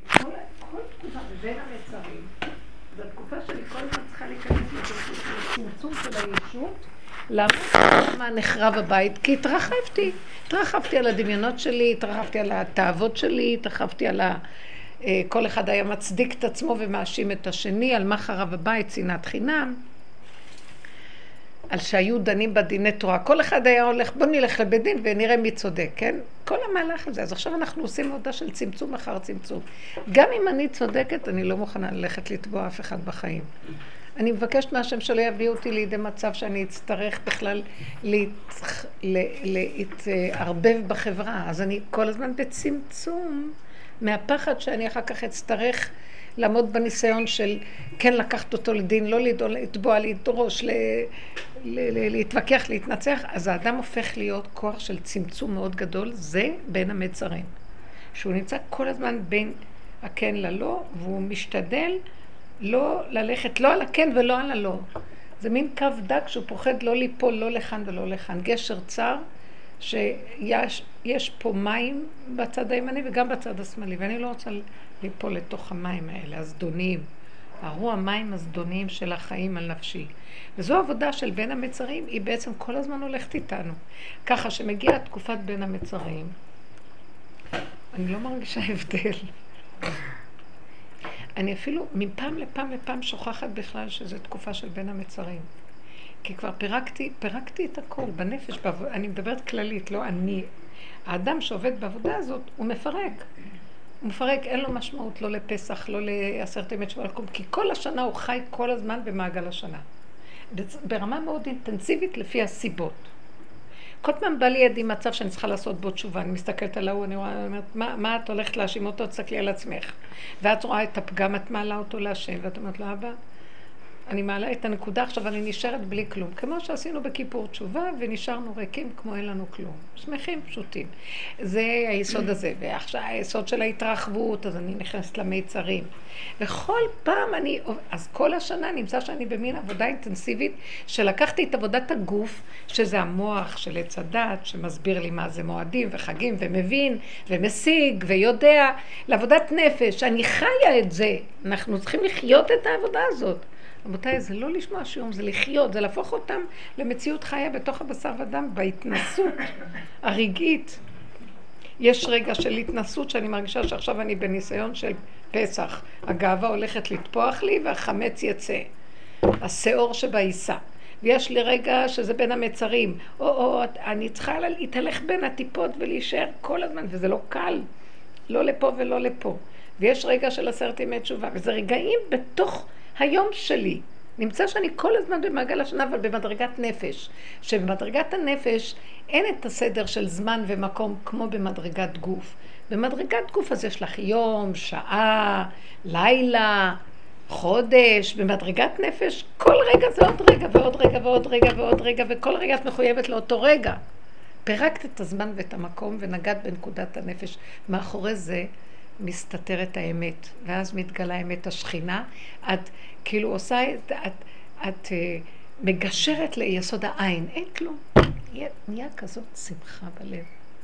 כל תקופה מבין המצרים, זו התקופה שאני כל הזמן צריכה להיכנס לצמצום של הישות. למה? למה נחרב הבית? כי התרחבתי על הדמיונות שלי, התרחבתי על התאוות שלי, התרחבתי על כל אחד היה מצדיק את עצמו ומאשים את השני, על מה חרב הבית, שנאת חינם. על שהיו דנים בדיני תורה. כל אחד היה הולך, בוא נלך לבית דין ונראה מי צודק, כן? כל המהלך הזה. אז עכשיו אנחנו עושים עבודה של צמצום אחר צמצום. גם אם אני צודקת, אני לא מוכנה ללכת לתבוע אף אחד בחיים. אני מבקשת מהשם שלא יביא אותי לידי מצב שאני אצטרך בכלל להתערבב בחברה. אז אני כל הזמן בצמצום מהפחד שאני אחר כך אצטרך לעמוד בניסיון של כן לקחת אותו לדין, לא לתבוע, לדרוש, להתווכח, להתנצח. אז האדם הופך להיות כוח של צמצום מאוד גדול, זה בין המצרים. שהוא נמצא כל הזמן בין הכן ללא, והוא משתדל לא ללכת לא על הכן ולא על הלא. זה מין קו דק שהוא פוחד לא ליפול לא לכאן ולא לכאן. גשר צר שיש פה מים בצד הימני וגם בצד השמאלי, ואני לא רוצה ליפול לתוך המים האלה, הזדוניים. המים הזדוניים של החיים על נפשי. וזו עבודה של בין המצרים, היא בעצם כל הזמן הולכת איתנו. ככה שמגיעה תקופת בין המצרים, אני לא מרגישה הבדל. אני אפילו מפעם לפעם שוכחת בכלל שזו תקופה של בין המצרים. כי כבר פירקתי את הכל בנפש, אני מדברת כללית, לא אני. האדם שעובד בעבודה הזאת, הוא מפרק. הוא מפרק, אין לו משמעות, לא לפסח, לא לעשרת ימי תשובה, כי כל השנה הוא חי כל הזמן במעגל השנה. ברמה מאוד אינטנסיבית לפי הסיבות. כל פעם בא לי ידי מצב שאני צריכה לעשות בו תשובה, אני מסתכלת על ההוא, אני אומרת, מה את הולכת להאשים אותו? תסתכלי על עצמך. ואת רואה את הפגם, את מעלה אותו להשם, ואת אומרת לו, אבא, אני מעלה את הנקודה, עכשיו אני נשארת בלי כלום. כמו שעשינו בכיפור תשובה, ונשארנו ריקים כמו אין לנו כלום. שמחים, פשוטים. זה היסוד הזה. ועכשיו היסוד של ההתרחבות, אז אני נכנסת למיצרים. וכל פעם אז כל השנה נמצא שאני במין עבודה אינטנסיבית, שלקחתי את עבודת הגוף, שזה המוח של עץ הדת, שמסביר לי מה זה מועדים וחגים, ומבין, ומשיג, ויודע, לעבודת נפש. אני חיה את זה. אנחנו צריכים לחיות את העבודה הזאת. רבותיי, זה לא לשמוע שיום, זה לחיות, זה להפוך אותם למציאות חיה בתוך הבשר ודם, בהתנסות הרגעית. יש רגע של התנסות שאני מרגישה שעכשיו אני בניסיון של פסח. הגאווה הולכת לטפוח לי והחמץ יצא. השאור שבעיסה. ויש לי רגע שזה בין המצרים. אני צריכה להתהלך בין הטיפות ולהישאר כל הזמן, וזה לא קל. לא לפה ולא לפה. ויש רגע של 10 ימי תשובה, וזה רגעים בתוך היום שלי. נמצא שאני כל הזמן במעגל השנה, אבל במדרגת נפש. שבמדרגת הנפש אין את הסדר של זמן ומקום כמו במדרגת גוף. במדרגת גוף אז יש לך יום, שעה, לילה, חודש. במדרגת נפש כל רגע זה עוד רגע ועוד רגע ועוד רגע ועוד רגע, וכל רגע את מחויבת לאותו רגע. פירקת את הזמן ואת המקום ונגעת בנקודת הנפש. מאחורי זה מסתתרת האמת, ואז מתגלה האמת השכינה. את כאילו עושה, את מגשרת ליסוד העין, אין כלום. נהיה כזאת שמחה בלב.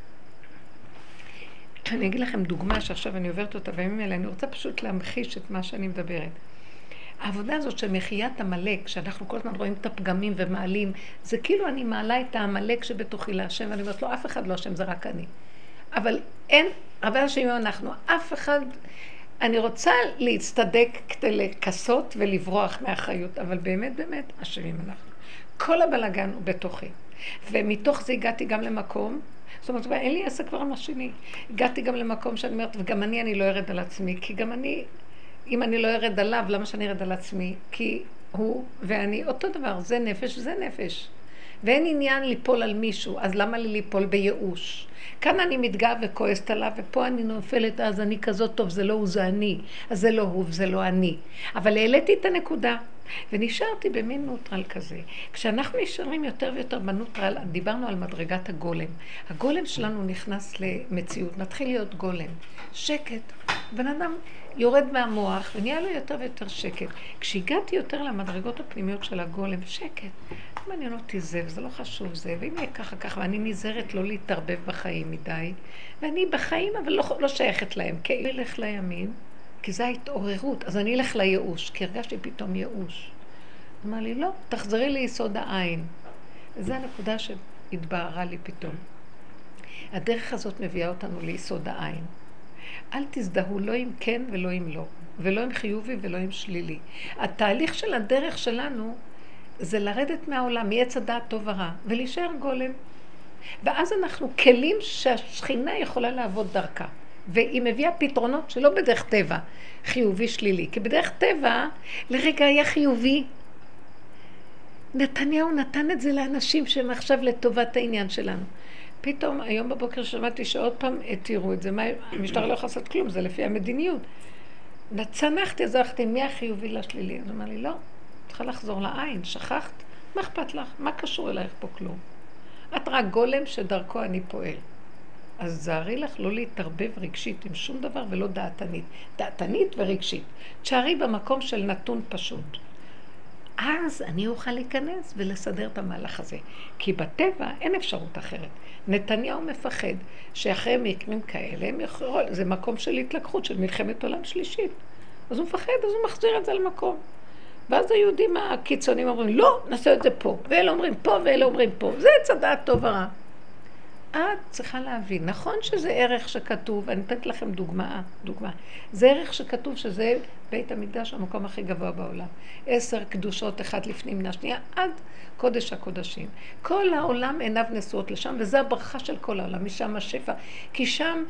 אני אגיד לכם דוגמה שעכשיו אני עוברת אותה בימים האלה, אני רוצה פשוט להמחיש את מה שאני מדברת. העבודה הזאת של מחיית המלאק, שאנחנו כל הזמן רואים את הפגמים ומעלים, זה כאילו אני מעלה את המלאק שבתוכי להשם, ואני אומרת לו, אף אחד לא השם, זה רק אני. אבל אין, הרבה אנשים אנחנו, אף אחד, אני רוצה להצטדק כדי לקסות ולברוח מאחריות, אבל באמת, אשמים אנחנו. כל הבלגן הוא בתוכי. ומתוך זה הגעתי גם למקום, זאת אומרת, אין לי עסק כבר עם השני. הגעתי גם למקום שאני אומרת, וגם אני לא ארד על עצמי, כי גם אני, אם אני לא ארד עליו, למה שאני ארד על עצמי? כי הוא ואני, אותו דבר, זה נפש, זה נפש. ואין עניין ליפול על מישהו, אז למה לי ליפול בייאוש? כאן אני מתגאה וכועסת עליו, ופה אני נופלת, אז אני כזאת טוב, זה לא הוא, זה אני. אז זה לא הוא, זה לא אני. אבל העליתי את הנקודה, ונשארתי במין נוטרל כזה. כשאנחנו נשארים יותר ויותר בנוטרל, דיברנו על מדרגת הגולם. הגולם שלנו נכנס למציאות, מתחיל להיות גולם. שקט. בן אדם יורד מהמוח, ונהיה לו יותר ויותר שקט. כשהגעתי יותר למדרגות הפנימיות של הגולם, שקט. מעניין אותי זה, וזה לא חשוב זה, ואם יהיה ככה, ואני נזהרת לא להתערבב בחיים מדי, ואני בחיים, אבל לא שייכת להם, כי אלך לימין, כי זה ההתעוררות. אז אני אלך לייאוש, כי הרגשתי פתאום ייאוש. אמר לי, לא, תחזרי ליסוד העין. וזו הנקודה שהתבהרה לי פתאום. הדרך הזאת מביאה אותנו ליסוד העין. אל תזדהו לא עם כן ולא עם לא, ולא עם חיובי ולא עם שלילי. התהליך של הדרך שלנו זה לרדת מהעולם, מעץ הדעת טוב ורע, ולהישאר גולם. ואז אנחנו כלים שהשכינה יכולה לעבוד דרכה. והיא מביאה פתרונות שלא בדרך טבע, חיובי שלילי. כי בדרך טבע, לרגע היה חיובי. נתניהו נתן את זה לאנשים שהם עכשיו לטובת העניין שלנו. פתאום היום בבוקר שמעתי שעוד פעם התירו את זה. המשטרה לא יכולה לעשות כלום, זה לפי המדיניות. צנחתי, אז הלכתי מהחיובי לשלילי. אז אמר לי, לא, צריכה לחזור לעין, שכחת? מה אכפת לך? מה קשור אלייך פה כלום? את רק גולם שדרכו אני פועל. אז זהרי לך לא להתערבב רגשית עם שום דבר ולא דעתנית. דעתנית ורגשית. תשארי במקום של נתון פשוט. אז אני אוכל להיכנס ולסדר את המהלך הזה. כי בטבע אין אפשרות אחרת. נתניהו מפחד שאחרי מקרים כאלה, זה מקום של התלקחות, של מלחמת עולם שלישית. אז הוא מפחד, אז הוא מחזיר את זה למקום. ואז היהודים הקיצונים אומרים, לא, נעשה את זה פה. ואלה אומרים פה, ואלה אומרים פה. זה צדעת טוב ורע. את צריכה להבין, נכון שזה ערך שכתוב, אני אתן לכם דוגמה. זה ערך שכתוב שזה בית המקדש, המקום הכי גבוה בעולם. 10 קדושות, אחד לפני מן השנייה, עד קודש הקודשים. כל העולם עיניו נשואות לשם, וזה הברכה של כל העולם, משם השפע. כי שם,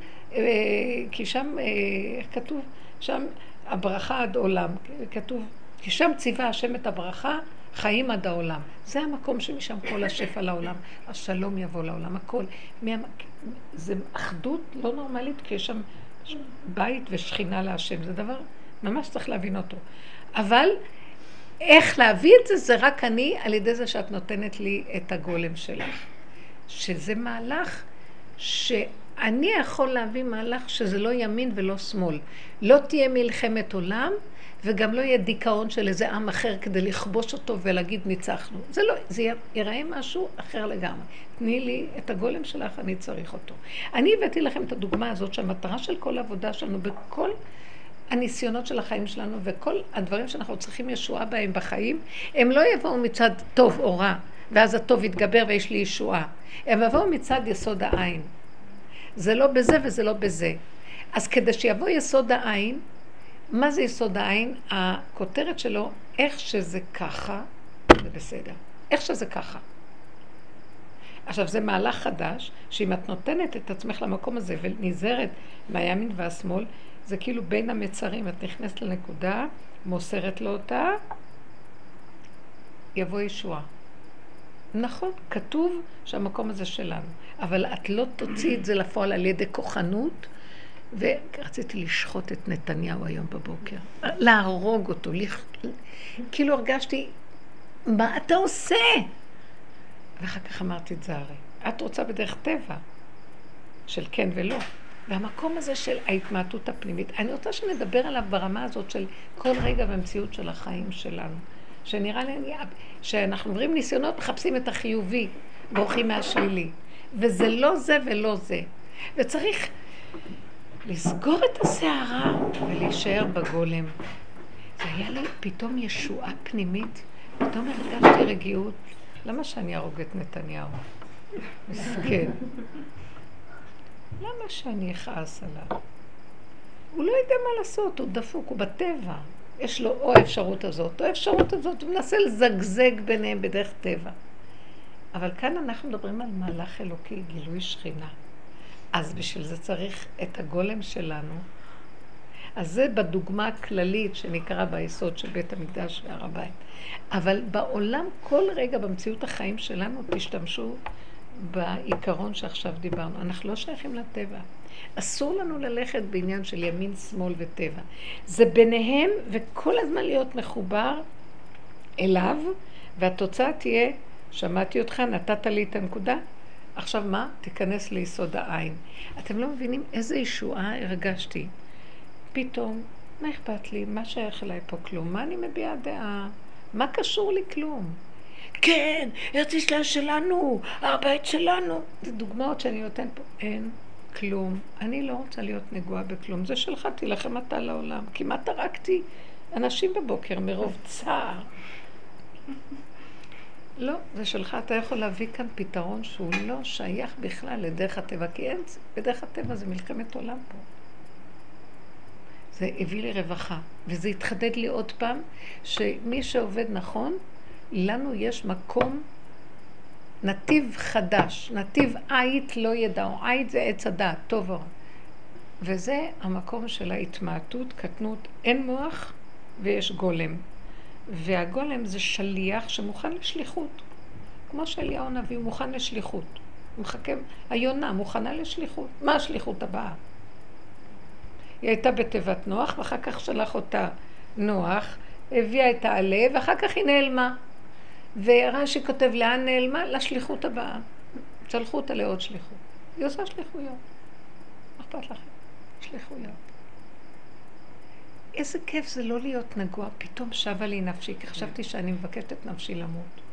כתוב, שם הברכה עד עולם, כתוב, כי שם ציווה השם את הברכה, חיים עד העולם. זה המקום שמשם כל השפע לעולם. השלום יבוא לעולם, הכל. זה אחדות לא נורמלית, כי יש שם בית ושכינה להשם. זה דבר ממש צריך להבין אותו. אבל איך להביא את זה, זה רק אני, על ידי זה שאת נותנת לי את הגולם שלך. שזה מהלך שאני יכול להביא מהלך שזה לא ימין ולא שמאל. לא תהיה מלחמת עולם, וגם לא יהיה דיכאון של איזה עם אחר כדי לכבוש אותו ולהגיד ניצחנו. זה לא, זה ייראה משהו אחר לגמרי. תני לי את הגולם שלך, אני צריך אותו. אני הבאתי לכם את הדוגמה הזאת שהמטרה של כל העבודה שלנו בכל הניסיונות של החיים שלנו וכל הדברים שאנחנו צריכים ישועה בהם בחיים, הם לא יבואו מצד טוב או רע, ואז הטוב יתגבר ויש לי ישועה. הם יבואו מצד יסוד העין. זה לא בזה וזה לא בזה. אז כדי שיבוא יסוד העין, מה זה יסוד העין? הכותרת שלו, איך שזה ככה, זה בסדר. איך שזה ככה. עכשיו, זה מהלך חדש, שאם את נותנת את עצמך למקום הזה ונזהרת מהימין והשמאל, זה כאילו בין המצרים, את נכנסת לנקודה, מוסרת לו אותה, יבוא ישועה. נכון, כתוב שהמקום הזה שלנו, אבל את לא תוציא את זה לפועל על ידי כוחנות, ורציתי לשחוט את נתניהו היום בבוקר, להרוג אותו, כאילו הרגשתי, מה אתה עושה? ואחר כך אמרתי את זה הרי, את רוצה בדרך טבע, של כן ולא, והמקום הזה של ההתמעטות הפנימית, אני רוצה שנדבר עליו ברמה הזאת של כל רגע במציאות של החיים שלנו, שנראה לי, שאנחנו עוברים ניסיונות, מחפשים את החיובי, בורחים מהשלילי, וזה לא זה ולא זה, וצריך לסגור את השערה ולהישאר בגולם. זה היה לי פתאום ישועה פנימית, פתאום הרגשתי רגיעות. למה שאני ארוג את נתניהו? מסכן. למה שאני אכעס עליו? הוא לא יודע מה לעשות, הוא דפוק, הוא בטבע. יש לו או האפשרות הזאת, או האפשרות הזאת, הוא מנסה לזגזג ביניהם בדרך טבע. אבל כאן אנחנו מדברים על מהלך אלוקי, גילוי שכינה. אז בשביל זה צריך את הגולם שלנו. אז זה בדוגמה הכללית שנקרא ביסוד של בית המקדש והר הבית. אבל בעולם, כל רגע במציאות החיים שלנו, תשתמשו בעיקרון שעכשיו דיברנו. אנחנו לא שייכים לטבע. אסור לנו ללכת בעניין של ימין, שמאל וטבע. זה ביניהם, וכל הזמן להיות מחובר אליו, והתוצאה תהיה, שמעתי אותך, נתת לי את הנקודה, עכשיו מה? תיכנס ליסוד העין. אתם לא מבינים איזה ישועה הרגשתי. פתאום, מה אכפת לי? מה שייך אליי פה כלום? מה אני מביעה דעה? מה קשור לי כלום? כן, ארץ ישראל שלנו, הר הבית שלנו. זה דוגמאות שאני נותן פה. אין. כלום. אני לא רוצה להיות נגועה בכלום. זה שלך, תילחם אתה לעולם. כמעט הרגתי אנשים בבוקר מרוב צער. לא, זה שלך. אתה יכול להביא כאן פתרון שהוא לא שייך בכלל לדרך הטבע, כי אין, בדרך הטבע זה מלחמת עולם פה. זה הביא לי רווחה, וזה התחדד לי עוד פעם, שמי שעובד נכון, לנו יש מקום, נתיב חדש, נתיב עית לא ידעו, עית זה עץ הדעת, טוב או רע. וזה המקום של ההתמעטות, קטנות, אין מוח ויש גולם. והגולם זה שליח שמוכן לשליחות. כמו שאליהו הנביא הוא מוכן לשליחות. הוא מחכה, היונה מוכנה לשליחות. מה השליחות הבאה? היא הייתה בתיבת נוח, ואחר כך שלח אותה נוח, הביאה את העלה, ואחר כך היא נעלמה. ורש"י כותב, לאן נעלמה? לשליחות הבאה. שלחו אותה לעוד שליחות. היא עושה שליחויות. מה אכפת לכם? שליחויות. איזה כיף זה לא להיות נגוע. פתאום שווה לי נפשי, כי חשבתי שאני מבקשת את נפשי למות.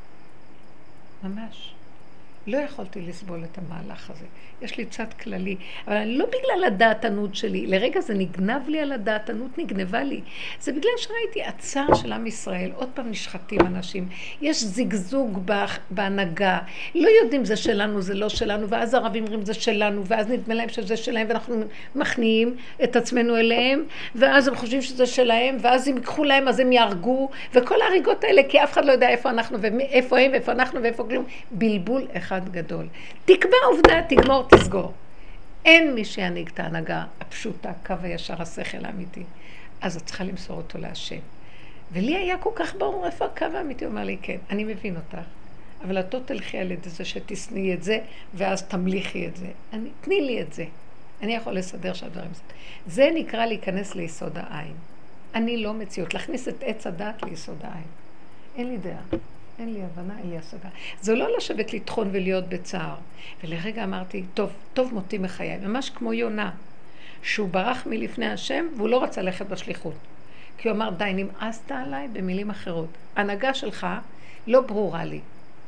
ממש. לא יכולתי לסבול את המהלך הזה. יש לי צד כללי, אבל לא בגלל הדעתנות שלי. לרגע זה נגנב לי על הדעתנות, נגנבה לי. זה בגלל שראיתי הצער של עם ישראל. עוד פעם נשחטים אנשים. יש זיגזוג בהנהגה. לא יודעים זה שלנו, זה לא שלנו, ואז הערבים אומרים זה שלנו, ואז נדמה להם שזה שלהם, ואנחנו מכניעים את עצמנו אליהם, ואז הם חושבים שזה שלהם, ואז אם ייקחו להם, אז הם יהרגו, וכל ההריגות האלה, כי אף אחד לא יודע איפה אנחנו, ואיפה הם, ואיפה אנחנו, ואיפה כלום. בלבול אחד גדול. תקבע עובדה, תגמור, תסגור. אין מי שינהיג את ההנהגה הפשוטה, קו הישר, השכל האמיתי. אז את צריכה למסור אותו להשם. ולי היה כל כך ברור איפה הקו האמיתי. הוא אומר לי, כן, אני מבין אותך, אבל את לא תלכי על ידי זה שתסני את זה, ואז תמליכי את זה. תני לי את זה. אני יכול לסדר שהדברים זה. זה נקרא להיכנס ליסוד העין. אני לא מציאות. להכניס את עץ הדת ליסוד העין. אין לי דעה. אין לי הבנה, אין לי השגה. זה לא לשבת לטחון ולהיות בצער. ולרגע אמרתי, טוב, טוב מותי מחיי. ממש כמו יונה, שהוא ברח מלפני השם, והוא לא רצה ללכת בשליחות. כי הוא אמר, די, נמאסת עליי במילים אחרות. הנהגה שלך לא ברורה לי.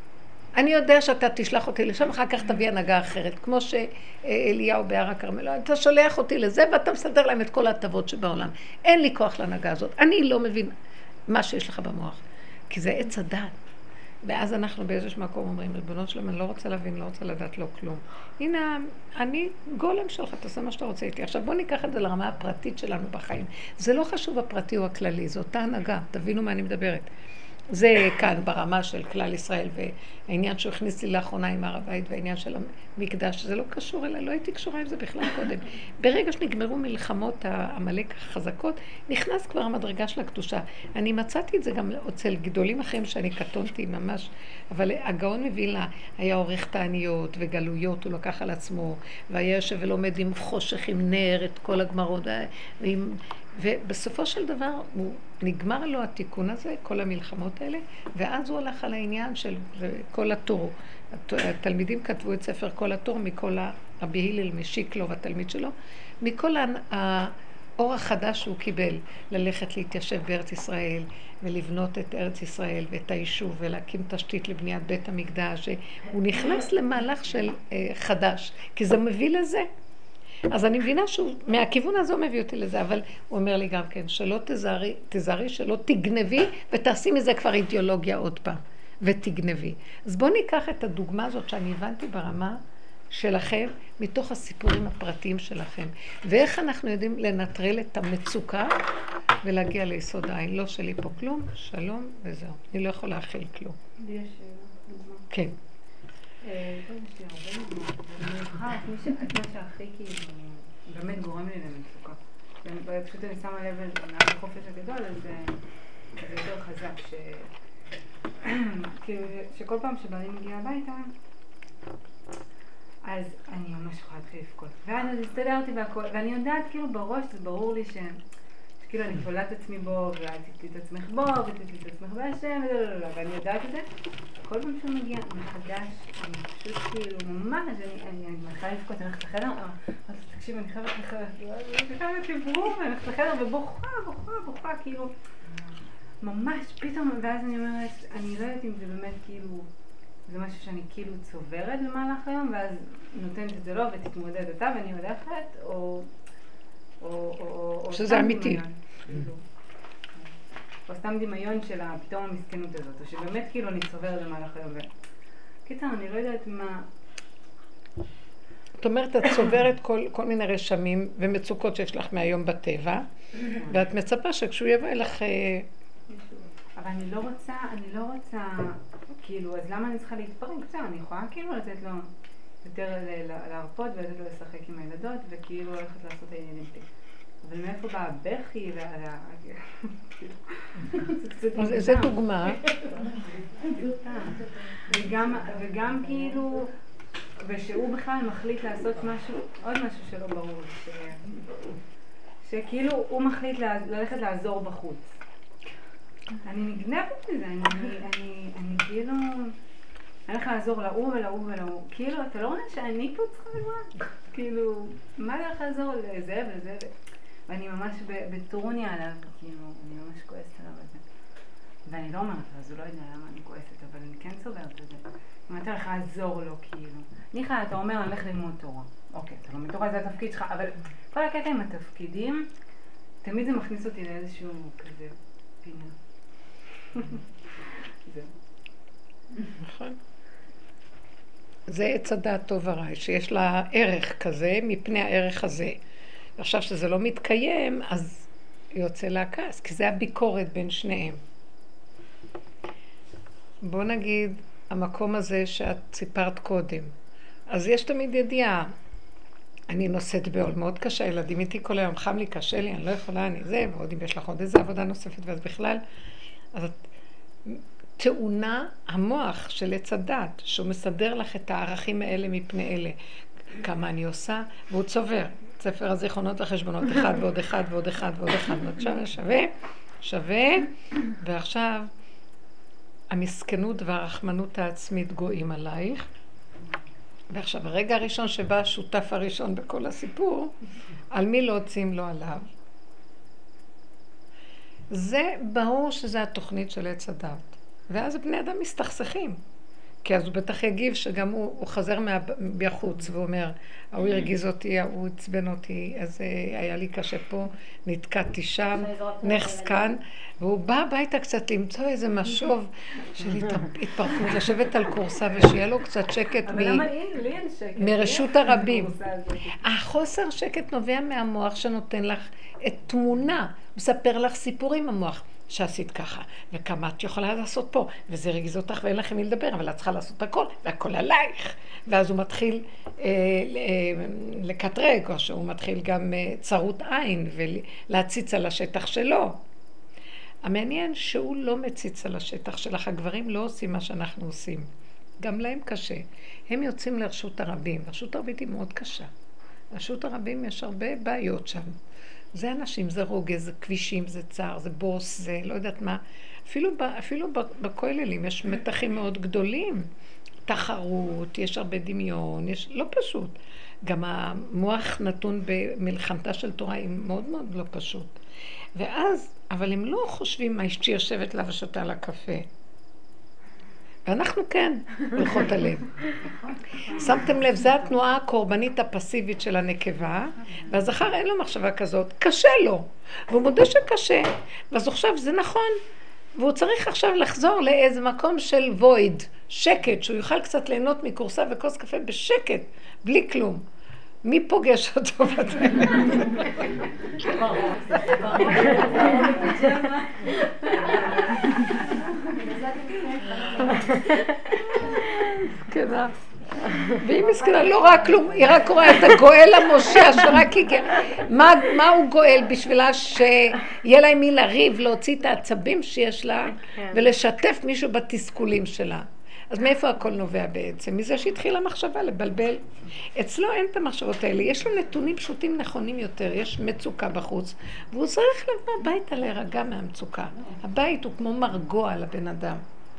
אני יודע שאתה תשלח אותי לשם, אחר כך תביא הנהגה אחרת. כמו שאליהו בהר הכרמל. אתה שולח אותי לזה, ואתה מסדר להם את כל ההטבות שבעולם. אין לי כוח להנהגה הזאת. אני לא מבין מה שיש לך במוח. כי זה עץ הדת. ואז אנחנו באיזשהו מקום אומרים, ריבונות שלום, אני לא רוצה להבין, לא רוצה לדעת לא כלום. הנה, אני גולם שלך, תעשה מה שאתה רוצה איתי. עכשיו בוא ניקח את זה לרמה הפרטית שלנו בחיים. זה לא חשוב הפרטי או הכללי, זו אותה הנהגה, תבינו מה אני מדברת. זה כאן ברמה של כלל ישראל, והעניין שהוא הכניס לי לאחרונה עם הר הבית, והעניין של המקדש, זה לא קשור אליי, לא הייתי קשורה עם זה בכלל קודם. ברגע שנגמרו מלחמות העמלק החזקות, נכנס כבר המדרגה של הקדושה. אני מצאתי את זה גם אצל גדולים אחרים שאני קטונתי ממש, אבל הגאון מווילנה היה עורך תעניות וגלויות, הוא לקח על עצמו, והיה יושב ולומד עם חושך, עם נר, את כל הגמרות, ובסופו של דבר הוא נגמר לו התיקון הזה, כל המלחמות האלה, ואז הוא הלך על העניין של כל התור. התלמידים כתבו את ספר כל התור מכל רבי הלל משיקלו והתלמיד שלו, מכל האור החדש שהוא קיבל, ללכת להתיישב בארץ ישראל ולבנות את ארץ ישראל ואת היישוב ולהקים תשתית לבניית בית המקדש. הוא נכנס למהלך של חדש, כי זה מביא לזה. אז אני מבינה שהוא, מהכיוון הזה הוא מביא אותי לזה, אבל הוא אומר לי גם כן, שלא תזהרי, שלא תגנבי, ותעשי מזה כבר אידיאולוגיה עוד פעם, ותגנבי. אז בואו ניקח את הדוגמה הזאת שאני הבנתי ברמה שלכם, מתוך הסיפורים הפרטיים שלכם, ואיך אנחנו יודעים לנטרל את המצוקה, ולהגיע ליסוד העין, לא שלי פה כלום, שלום וזהו. אני לא יכולה להכיל כלום. יש דוגמה. כן. יש לי הרבה דוגמאות. אני אבחר את מה שהכי כאילו באמת גורם לי למצוקה. פשוט אני שמה לב על החופש הגדול, אז זה יותר חזק. שכל פעם שבעלי מגיע הביתה, אז אני ממש יכולה להתחיל לבכות. ואז הסתדרתי והכל, ואני יודעת כאילו בראש, זה ברור לי שכאילו אני כבולה את עצמי בו, ועשיתי את עצמך בו, ועשיתי את עצמך בהשם, ואני יודעת את זה. כל פעם שהוא מגיע מחדש, אני פשוט כאילו ממש, אני מתחילה לבכות, אני הולכת לחדר, תקשיב, אני חייבת לברום, אני הולכת לחדר ובוכה, כאילו, ממש פתאום, ואז אני אומרת, אני לא יודעת אם זה באמת כאילו זה משהו שאני כאילו צוברת במהלך היום, ואז נותנת את זה לו ותתמודד אותה ואני הולכת, או שזה אמיתי. או סתם דמיון של פתאום המסכנות הזאת, או שבאמת כאילו אני צוברת במהלך היום. קיצר, אני לא יודעת מה... זאת אומרת, את צוברת כל מיני רשמים ומצוקות שיש לך מהיום בטבע, ואת מצפה שכשהוא יבוא אליך... אבל אני לא רוצה, כאילו, אז למה אני צריכה להתפרק? בסדר, אני יכולה כאילו לתת לו יותר להרפות ולתת לו לשחק עם הילדות, וכאילו הולכת לעשות העניינים שלי. אבל מאיפה בא הבכי זה דוגמה. וגם כאילו, ושהוא בכלל מחליט לעשות משהו, עוד משהו שלא ברור, שכאילו הוא מחליט ללכת לעזור בחוץ. אני נגנבת מזה, אני כאילו... אני הולך לעזור להוא ולהוא ולהוא. כאילו, אתה לא רואה שאני פה צריכה למה? כאילו, מה אני הולך לעזור לזה ולזה? ואני ממש בטרוניה עליו, כאילו, אני ממש כועסת עליו על זה. ואני לא אומרת, אז הוא לא יודע למה אני כועסת, אבל אני כן צוברת את זה. אם אתה הולך לעזור לו, כאילו. ניחא, אתה אומר, אני הולך ללמוד תורה. אוקיי, אתה לומד תורה, זה התפקיד שלך, אבל כל הקטע עם התפקידים, תמיד זה מכניס אותי לאיזשהו כזה פינה. נכון. זה עץ הדעת טוב ורע, שיש לה ערך כזה מפני הערך הזה. עכשיו שזה לא מתקיים, אז יוצא לה כעס, כי זה הביקורת בין שניהם. בוא נגיד, המקום הזה שאת סיפרת קודם, אז יש תמיד ידיעה, אני נושאת בעול מאוד קשה, ילדים איתי כל היום, חם לי, קשה לי, אני לא יכולה, אני זה, ועוד אם יש לך עוד איזה עבודה נוספת, ואז בכלל, אז את טעונה המוח של עץ הדת, שהוא מסדר לך את הערכים האלה מפני אלה. כמה אני עושה, והוא צובר. ספר הזיכרונות והחשבונות, אחד ועוד אחד ועוד אחד ועוד אחד. ועכשיו שווה, ועכשיו המסכנות והרחמנות העצמית גויים עלייך. ועכשיו הרגע הראשון שבא השותף הראשון בכל הסיפור, על מי לא הוצאים לו עליו. זה ברור שזה התוכנית של עץ הדת. ואז בני אדם מסתכסכים. כי אז הוא בטח יגיב שגם הוא חזר מהחוץ ואומר, הוא הרגיז אותי, הוא עצבן אותי, אז היה לי קשה פה, נתקעתי שם, נחס כאן, והוא בא הביתה קצת למצוא איזה משוב של התפרקות, לשבת על קורסה ושיהיה לו קצת שקט מרשות הרבים. החוסר שקט נובע מהמוח שנותן לך את תמונה, מספר לך סיפורים המוח. שעשית ככה, וכמה את יכולה לעשות פה, וזה רגיז אותך ואין לכם מי לדבר, אבל את צריכה לעשות הכל, והכל עלייך. ואז הוא מתחיל לקטרג, או שהוא מתחיל גם צרות עין, ולהציץ על השטח שלו. המעניין שהוא לא מציץ על השטח שלך, הגברים לא עושים מה שאנחנו עושים. גם להם קשה. הם יוצאים לרשות הרבים, רשות הרבית היא מאוד קשה. רשות הרבים יש הרבה בעיות שם. זה אנשים, זה רוגז, זה כבישים, זה צער, זה בוס, זה לא יודעת מה. אפילו בכוללים יש מתחים מאוד גדולים. תחרות, יש הרבה דמיון, יש לא פשוט. גם המוח נתון במלחמתה של תורה היא מאוד מאוד לא פשוט. ואז, אבל הם לא חושבים מה אשתי יושבת לה ושותה על הקפה. ואנחנו כן הולכות עליהם. שמתם לב, זו התנועה הקורבנית הפסיבית של הנקבה, והזכר אין לו מחשבה כזאת, קשה לו, והוא מודה שקשה, ואז עכשיו זה נכון, והוא צריך עכשיו לחזור לאיזה מקום של וויד, שקט, שהוא יוכל קצת ליהנות מקורסה וכוס קפה בשקט, בלי כלום. מי פוגש אותו בדרך? מסכנה. והיא מסכנה, לא רק כלום, היא רק רואה את הגואל המושיע שרק הגיע. מה הוא גואל? בשבילה שיהיה להם מי לריב, להוציא את העצבים שיש לה ולשתף מישהו בתסכולים שלה. אז מאיפה הכל נובע בעצם? מזה שהתחילה המחשבה לבלבל. אצלו אין את המחשבות האלה, יש לו נתונים פשוטים נכונים יותר, יש מצוקה בחוץ, והוא צריך לבוא הביתה להירגע מהמצוקה. הבית הוא כמו מרגוע לבן אדם.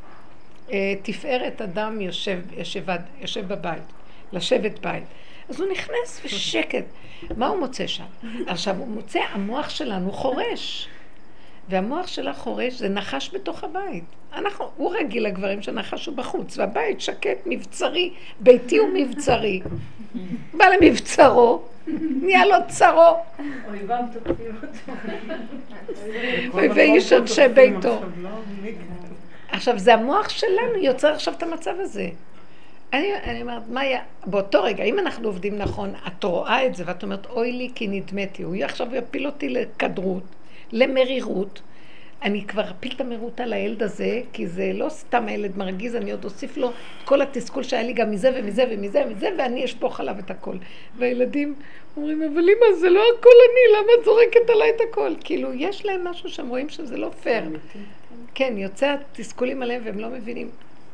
תפארת אדם יושב בבית, לשבת בית. אז הוא נכנס ושקט. מה הוא מוצא שם? עכשיו הוא מוצא, המוח שלנו חורש. והמוח שלה חורש, זה נחש בתוך הבית. הוא רגיל לגברים שנחשו בחוץ, והבית שקט, מבצרי, ביתי הוא מבצרי. בא למבצרו, נהיה לו צרו. אויביו תוקפים אותו. ואיש אנשי ביתו. עכשיו, זה המוח שלנו יוצר עכשיו את המצב הזה. אני אומרת, מה היה? באותו רגע, אם אנחנו עובדים נכון, את רואה את זה, ואת אומרת, אוי לי, כי נדמתי. הוא עכשיו יפיל אותי לכדרות, למרירות. אני כבר אפיל את המרירות על הילד הזה, כי זה לא סתם הילד מרגיז, אני עוד אוסיף לו את כל התסכול שהיה לי גם מזה ומזה ומזה ומזה, ואני אשפוך עליו את הכל. והילדים אומרים, אבל אמא, זה לא הכל אני, למה את זורקת עליי את הכל? כאילו, יש להם משהו שהם רואים שזה לא פייר. כן, יוצא התסכולים עליהם והם לא מבינים.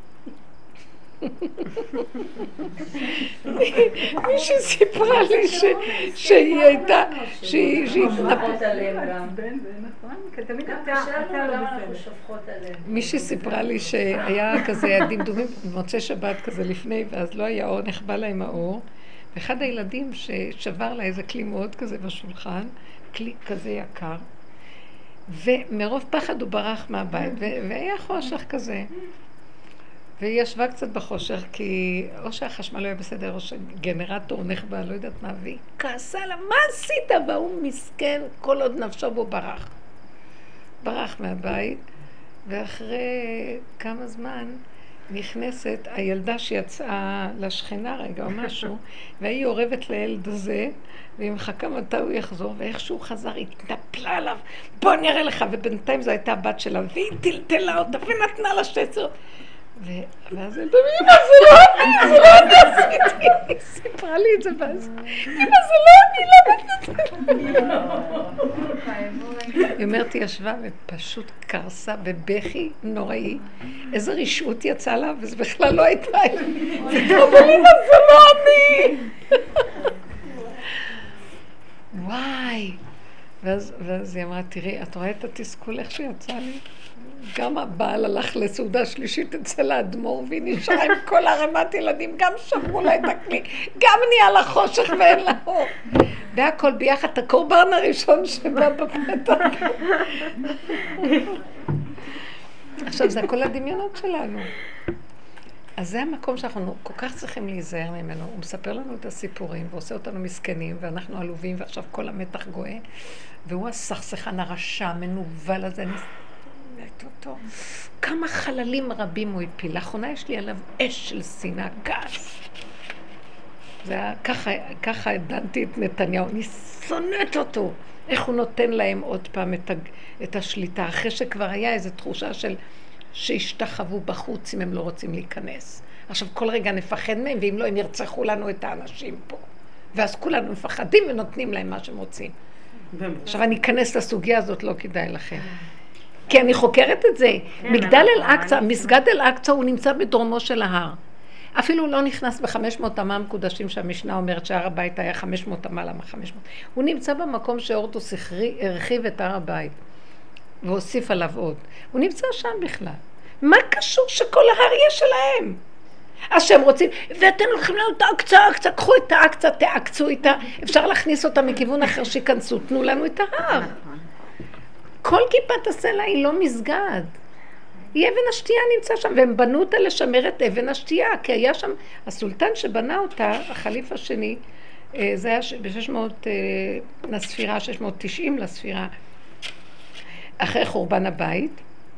מישהי סיפרה לי שהיא הייתה, שהיא שופכות עליהם גם. תמיד אתה לא בסדר. מישהי סיפרה לי שהיה כזה דמדומים במוצאי שבת כזה לפני, ואז לא היה אור, נחבא לה עם האור, ואחד הילדים ששבר לה איזה כלי מאוד כזה בשולחן, כלי כזה יקר, ומרוב פחד הוא ברח מהבית, והיה חושך כזה. והיא ישבה קצת בחושך, כי או שהחשמל לא היה בסדר, או שגנרטור נחבא, לא יודעת מה, והיא כעסה לה, מה עשית? והוא מסכן, כל עוד נפשו בו ברח. ברח מהבית, ואחרי כמה זמן נכנסת הילדה שיצאה לשכנה רגע או משהו, והיא עורבת לילד הזה, והיא מחכה מתי הוא יחזור, ואיכשהו חזר, היא התנפלה עליו, בוא נראה לך, ובינתיים זו הייתה הבת שלה, והיא טלטלה אותה ונתנה לה שתי צירות. ואז היא אמא, זה לא אני עשיתי, היא סיפרה לי את זה ואז, אמא, זה לא אני, למה את נתת? היא אומרת, היא ישבה ופשוט קרסה בבכי נוראי, איזה רשעות יצא לה, וזה בכלל לא הייתה, אבל אמא, זה לא אני! וואי! ואז היא אמרה, תראי, את רואה את התסכול איך שיצא לי? גם הבעל הלך לסעודה שלישית אצל האדמו"ר, והיא נשארה עם כל הרמת ילדים, גם שברו לה את הכלי, גם נהיה לה חושך ואין לה אור. והכל ביחד, הקורבן הראשון שבא בפתח. עכשיו, זה הכל הדמיונות שלנו. אז זה המקום שאנחנו כל כך צריכים להיזהר ממנו. הוא מספר לנו את הסיפורים ועושה אותנו מסכנים, ואנחנו עלובים, ועכשיו כל המתח גואה, והוא הסכסכן הרשע, מנוול הזה, אותו. כמה חללים רבים הוא הפיל. לאחרונה יש לי עליו אש של שנאה, כעס. זה היה, ככה דנתי את נתניהו, אני שונאת אותו. איך הוא נותן להם עוד פעם את השליטה, אחרי שכבר היה איזו תחושה של שהשתחוו בחוץ אם הם לא רוצים להיכנס. עכשיו כל רגע נפחד מהם, ואם לא, הם ירצחו לנו את האנשים פה. ואז כולנו מפחדים ונותנים להם מה שהם רוצים. עכשיו אני אכנס לסוגיה הזאת, לא כדאי לכם. כי אני חוקרת את זה. מגדל אל-אקצא, מסגד אל-אקצא הוא נמצא בדרומו של ההר. אפילו לא נכנס ב-500 אמה המקודשים שהמשנה אומרת שהר הבית היה 500 אמה, למה 500? הוא נמצא במקום שאורדוס הרחיב את הר הבית והוסיף עליו עוד. הוא נמצא שם בכלל. מה קשור שכל ההר יהיה שלהם? אז שהם רוצים, ואתם הולכים לנו את האקצא, קחו את האקצא, תעקצו איתה, אפשר להכניס אותה מכיוון אחר שיכנסו, תנו לנו את ההר. כל כיפת הסלע היא לא מסגד. היא אבן השתייה נמצא שם, והם בנו אותה לשמר את אבן השתייה, כי היה שם, הסולטן שבנה אותה, החליף השני, זה היה ב-600 לספירה, 690 לספירה, אחרי חורבן הבית,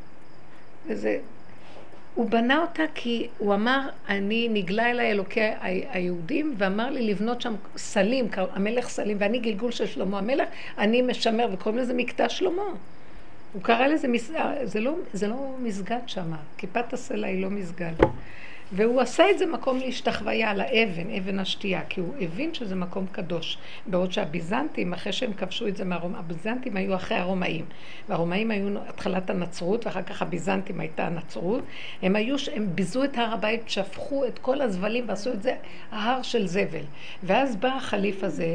הוא בנה אותה כי הוא אמר, אני נגלה אליי אלוקי היהודים, ואמר לי לבנות שם סלים, המלך סלים, ואני גלגול של שלמה המלך, אני משמר, וקוראים לזה מקדש שלמה. הוא קרא לזה, זה לא מסגד שם, כיפת הסלע היא לא מסגד. והוא עשה את זה מקום להשתחוויה על האבן, אבן השתייה, כי הוא הבין שזה מקום קדוש. בעוד שהביזנטים, אחרי שהם כבשו את זה הביזנטים היו אחרי הרומאים. והרומאים היו התחלת הנצרות, ואחר כך הביזנטים הייתה הנצרות. הם ביזו את הר הבית, שפכו את כל הזבלים ועשו את זה ההר של זבל. ואז בא החליף הזה,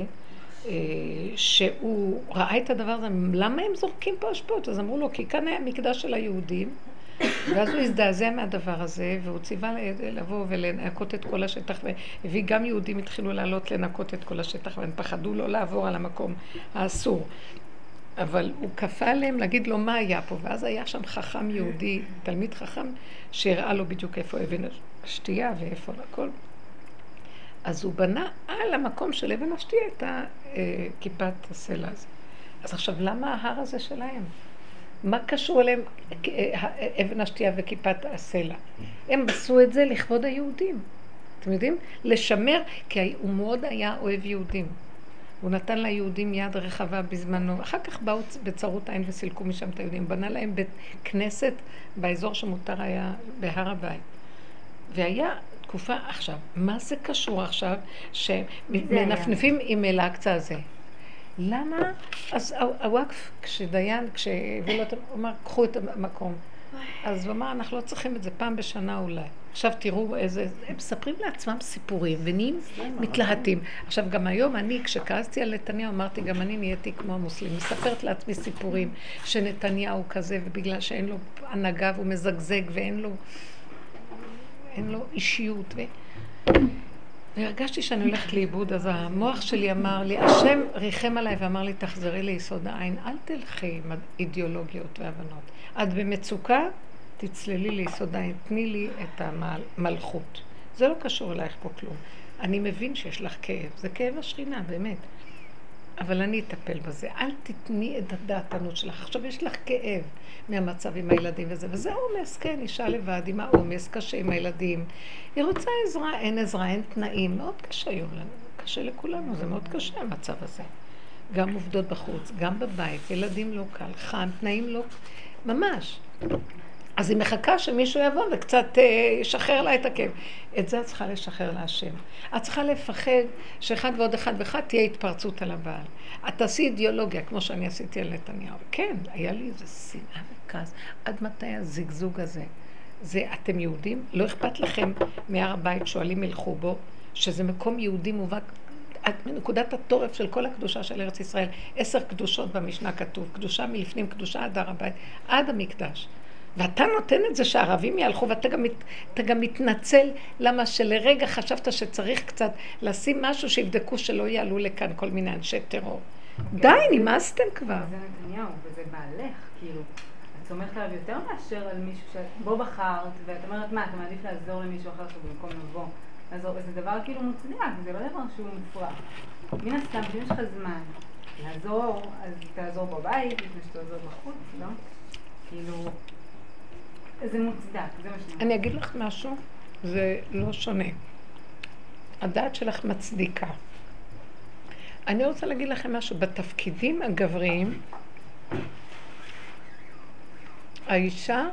שהוא ראה את הדבר הזה, למה הם זורקים פה אשפות? אז אמרו לו, כי כאן היה מקדש של היהודים, ואז הוא הזדעזע מהדבר הזה, והוא ציווה לבוא ולנקות את כל השטח, והביא גם יהודים התחילו לעלות לנקות את כל השטח, והם פחדו לא לעבור על המקום האסור. אבל הוא כפה עליהם להגיד לו מה היה פה, ואז היה שם חכם יהודי, תלמיד חכם, שהראה לו בדיוק איפה אבן השתייה ואיפה הכל. אז הוא בנה על המקום של אבן השתייה את כיפת הסלע הזה. אז עכשיו, למה ההר הזה שלהם? מה קשור אליהם אבן השתייה וכיפת הסלע? הם עשו את זה לכבוד היהודים. אתם יודעים? לשמר, כי הוא מאוד היה אוהב יהודים. הוא נתן ליהודים יד רחבה בזמנו. אחר כך באו בצרות עין וסילקו משם את היהודים. בנה להם בית כנסת באזור שמותר היה בהר הבית. והיה תקופה עכשיו. מה זה קשור עכשיו שמנפנפים עם אל-אקצא הזה? למה? אז הוואקף, כשדיין, כשהביא לו את הוא אמר, קחו את המקום. אז הוא אמר, אנחנו לא צריכים את זה פעם בשנה אולי. עכשיו תראו איזה, הם מספרים לעצמם סיפורים ונהיים מתלהטים. עכשיו גם היום אני, כשכעסתי על נתניהו, אמרתי, גם אני נהייתי כמו המוסלמים. מספרת לעצמי סיפורים שנתניהו כזה, ובגלל שאין לו הנהגה והוא מזגזג ואין לו אישיות. והרגשתי שאני הולכת לאיבוד, אז המוח שלי אמר לי, השם ריחם עליי ואמר לי, תחזרי ליסוד העין, אל תלכי עם אידיאולוגיות והבנות. את במצוקה, תצללי ליסוד העין, תני לי את המלכות. זה לא קשור אלייך פה כלום. אני מבין שיש לך כאב, זה כאב השכינה, באמת. אבל אני אטפל בזה. אל תתני את הדעתנות שלך. עכשיו יש לך כאב מהמצב עם הילדים וזה. וזה עומס, כן, אישה לבד עם העומס, קשה עם הילדים. היא רוצה עזרה, אין עזרה, אין תנאים. מאוד קשה היום לנו. קשה לכולנו, זה מאוד קשה המצב הזה. גם עובדות בחוץ, גם בבית, ילדים לא קל, חם, תנאים לא... ממש. אז היא מחכה שמישהו יבוא וקצת ישחרר לה את הכאב. את זה את צריכה לשחרר להשם. את צריכה לפחד שאחד ועוד אחד ואחד תהיה התפרצות על הבעל. את תעשי אידיאולוגיה, כמו שאני עשיתי על נתניהו. כן, היה לי איזה שנאה וכעס. עד מתי הזיגזוג הזה? זה אתם יהודים? לא אכפת לכם מהר הבית שואלים מלכו בו, שזה מקום יהודי מובהק. נקודת התורף של כל הקדושה של ארץ ישראל. 10 קדושות במשנה כתוב. קדושה מלפנים, קדושה עד הר הבית, עד המקדש. ואתה נותן את זה שהערבים יהלכו, ואתה גם מתנצל למה שלרגע חשבת שצריך קצת לשים משהו שיבדקו שלא יעלו לכאן כל מיני אנשי טרור. די, נמאסתם כבר. זה נתניהו, וזה בעלך, כאילו. את סומכת עליו יותר מאשר על מישהו שבו בחרת, ואת אומרת, מה, אתה מעדיף לעזור למישהו אחר שבמקום לבוא. אז זה דבר כאילו מוצדק, זה לא דבר שהוא מופרח. מן הסתם, אם יש לך זמן לעזור, אז תעזור בבית, לפני שתעזור בחוץ, לא? כאילו... זה מוצדק, זה מה שאני... אני אגיד לך משהו, זה לא שונה. הדעת שלך מצדיקה. אני רוצה להגיד לכם משהו, בתפקידים הגבריים, האישה